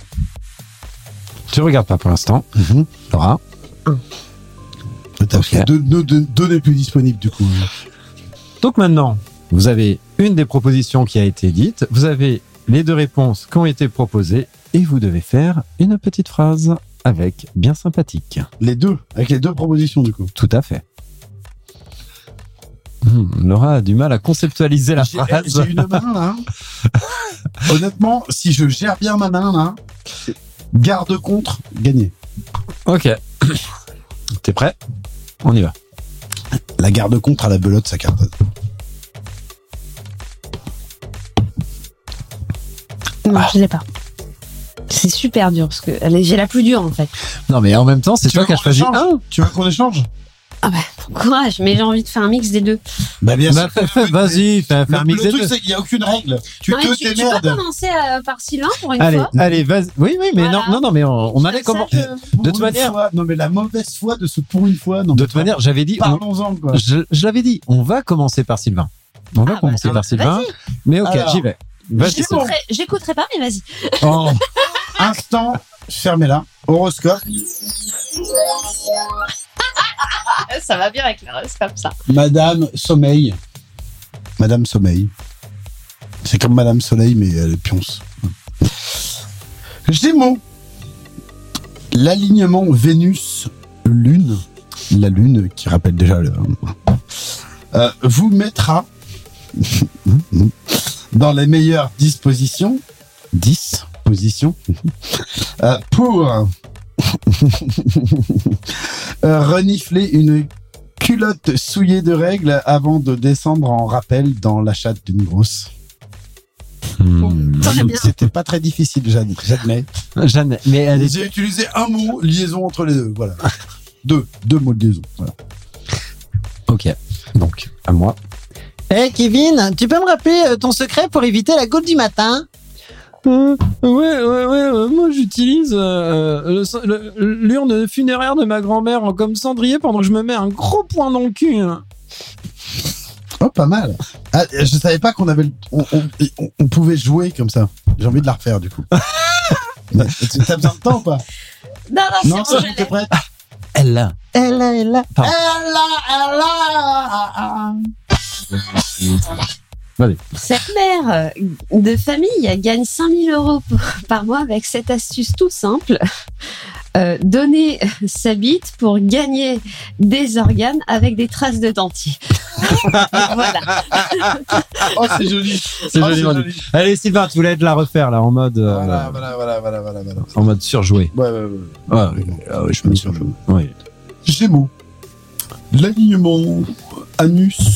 Tu regardes pas pour l'instant. Mm-hmm. Laura. T'as Ok. fait deux, deux, deux, deux n'est plus disponibles du coup. Donc maintenant, vous avez une des propositions qui a été dite. Vous avez les deux réponses qui ont été proposées. Et vous devez faire une petite phrase avec bien sympathique. Les deux, avec les deux propositions du coup. Tout à fait. Hmm, Laura a du mal à conceptualiser la J'ai phrase. j'ai une main là. Honnêtement, si je gère bien ma main là, garde contre, gagné. Ok. T'es prêt? On y va. La garde contre à la belote, ça cartonne. Non, je l'ai pas. C'est super dur parce que elle est- j'ai la plus dure en fait. Non, mais en même temps, c'est Tu toi veux qui as qu'on choisi échange un. Tu veux qu'on échange? Ah bah, bon courage, mais j'ai envie de faire un mix des deux. Bah bien Bah, fais- fais- Vas-y, fais, fais Le, un mix le des truc, deux. c'est qu'il n'y a aucune règle. Tu Non, mais te tu, tu peux démerdes. commencer euh, par Sylvain pour une Allez, fois. allez, vas-y. Oui, oui, mais Voilà. non, non, non, mais on, on allait Ça, comment je- Pour De toute une manière- fois. Non mais la mauvaise foi de ce pour une fois. Non, De mais toute manière, j'avais dit, on- parlons-en quoi. je, je l'avais dit, on va commencer par Sylvain. On va Ah, bah, commencer alors, par Sylvain. vas-y. Mais ok, Alors, j'y vais. Vas-y. J'écouterai, j'écouterai pas, mais vas-y. Oh. Instant, fermez-la. Horoscope. Ça va bien avec le reste comme ça. Madame Sommeil. Madame Sommeil. C'est comme Madame Soleil, mais elle est pionce. Gémeaux. L'alignement Vénus-Lune, la Lune qui rappelle déjà le... euh, vous mettra dans les meilleures dispositions, dix positions, euh, pour euh, renifler une culotte souillée de règles avant de descendre en rappel dans la chatte d'une grosse. Hmm. Très bien. C'était pas très difficile, Jeanne, j'admets. Jeanne, mais elle est... J'ai utilisé un mot, liaison entre les deux, voilà. Deux, deux mots de liaison, voilà. Ok. Donc, à moi. Eh Kevin, tu peux me rappeler euh, ton secret pour éviter la goutte du matin? Euh, ouais, ouais, ouais, euh, moi j'utilise euh, le- le- l'urne funéraire de ma grand-mère en- comme cendrier pendant que je me mets un gros point dans le cul. hein. Oh, pas mal. Ah, je savais pas qu'on avait, le- on, on- on- on pouvait jouer comme ça. J'ai envie de la refaire, du coup. Mais T'as besoin de temps ou pas? Non, non, c'est Non, bon, ça, je t'es l'ai. prête? Elle là. Elle là, elle là. Pardon. Elle a, elle a. Cette mère euh, de famille gagne cinq mille euros p- par mois avec cette astuce toute simple. Euh, donner sa bite pour gagner des organes avec des traces de dentier. Voilà. Oh, c'est joli. C'est Oh, joli, joli. Allez Sylvain, tu voulais de la refaire là en mode euh, Voilà, voilà, voilà, voilà, voilà, voilà. en mode surjoué. Ouais, ouais, ouais. Ah, oui. Ah oui, je me Surjoué. Oui. Gémeaux. L'alignement anus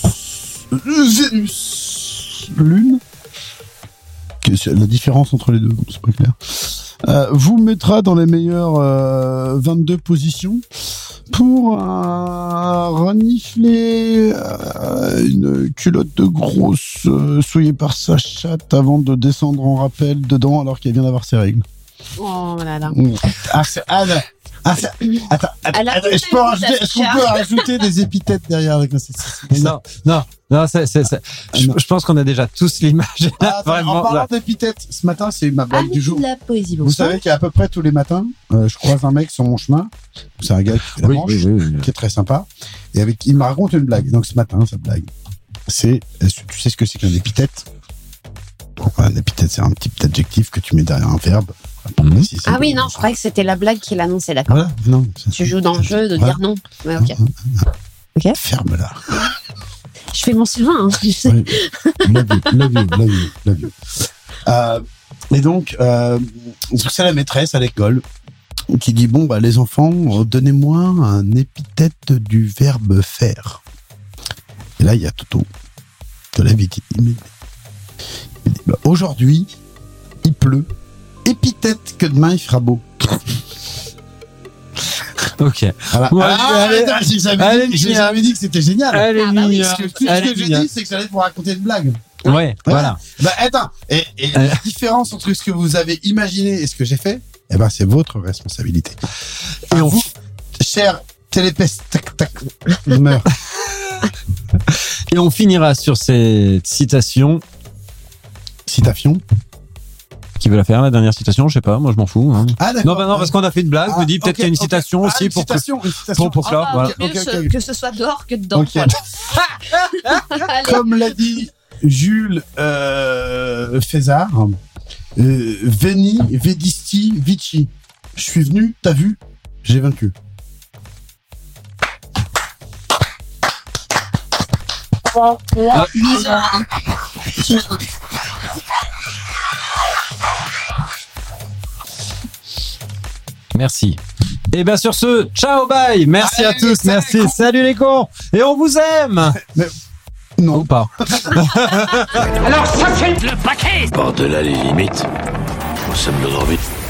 Vénus Lune. Que c'est la différence entre les deux, bon, c'est pas clair. Euh, vous mettra dans les meilleures euh, vingt-deux positions pour euh, renifler euh, une culotte de grosse euh, souillée par sa chatte avant de descendre en rappel dedans alors qu'elle vient d'avoir ses règles. Oh là là. Ah, c'est- ah, là. Ah, ça- attends, attends, Elle a attends, tout je peux un coup, rajouter, ta est-ce qu'on peut rajouter des épithètes derrière avec c'est- c'est- c'est- Non, non, non, c'est, c'est, c'est- je, non. je pense qu'on a déjà tous l'image. Ah, attends, Vraiment, en parlant là. d'épithètes, ce matin, c'est ma blague Ah, du jour. de la poésie, Vous bonsoir. savez qu'à peu près tous les matins, euh, je croise un mec sur mon chemin. C'est un gars qui fait la Oui, manche, oui, oui, oui. qui est très sympa. Et avec, il me raconte une blague. Donc ce matin, sa blague, c'est, est-ce que tu sais ce que c'est qu'un épithète? Bon, un épithète, c'est un petit adjectif que tu mets derrière un verbe. Pour Mhm. préciser. Ah oui, non, je croyais que c'était la blague qu'il annonçait, d'accord. Voilà, non. c'est- Tu joues dans le jeu de Voilà. dire non. Ouais, ok. Ok. Ferme-la. Je fais mon Sylvain, hein, je sais. Oui. Love you, love you, love you, love you. Euh, et donc, euh, c'est la maîtresse à l'école qui dit, bon, bah, les enfants, euh, donnez-moi un épithète du verbe faire. Et là, il y a Toto de la vie qui dit, mais- il dit, bah, aujourd'hui, il pleut. Épithète que demain, il fera beau. Ok. Voilà. Ouais, ah, allez, attends, j'ai jamais, allez, dit, j'ai Mia. jamais dit que c'était génial. Allez, Ah, bah oui, Mia. Parce que tout ce Allez, que j'ai Mia. dit, c'est que j'allais vous raconter une blague. Ouais, voilà. Bah, attends. Et, et Euh. la différence entre ce que vous avez imaginé et ce que j'ai fait, eh ben, c'est votre responsabilité. Et Et on- vous, cher télépestameur. Et on finira sur cette citation. Citation. Qui veut la faire, la dernière citation? Je sais pas, moi je m'en fous. Hein. Ah, d'accord. Non, bah non, parce qu'on a fait une blague. Je me dis peut-être ok, qu'il y a une ok. citation Ah, aussi une pour que, citation, une citation. pour, pour clore. Ah, Voilà. mieux ok, ce- ok. que ce soit dehors que dedans. Ok. Voilà. Allez. Comme l'a dit Jules euh, César, euh, Veni, Vedisti, Vici. Je suis venu, t'as vu, j'ai vaincu. Bisous. Merci. Et bien sur ce, ciao, bye. Merci à Allez, tous. salut, Merci. les cons. Salut les cons. Et on vous aime. Non. Ou pas. Alors ça c'est Le paquet. Par-delà les limites, nous sommes de l'orbite.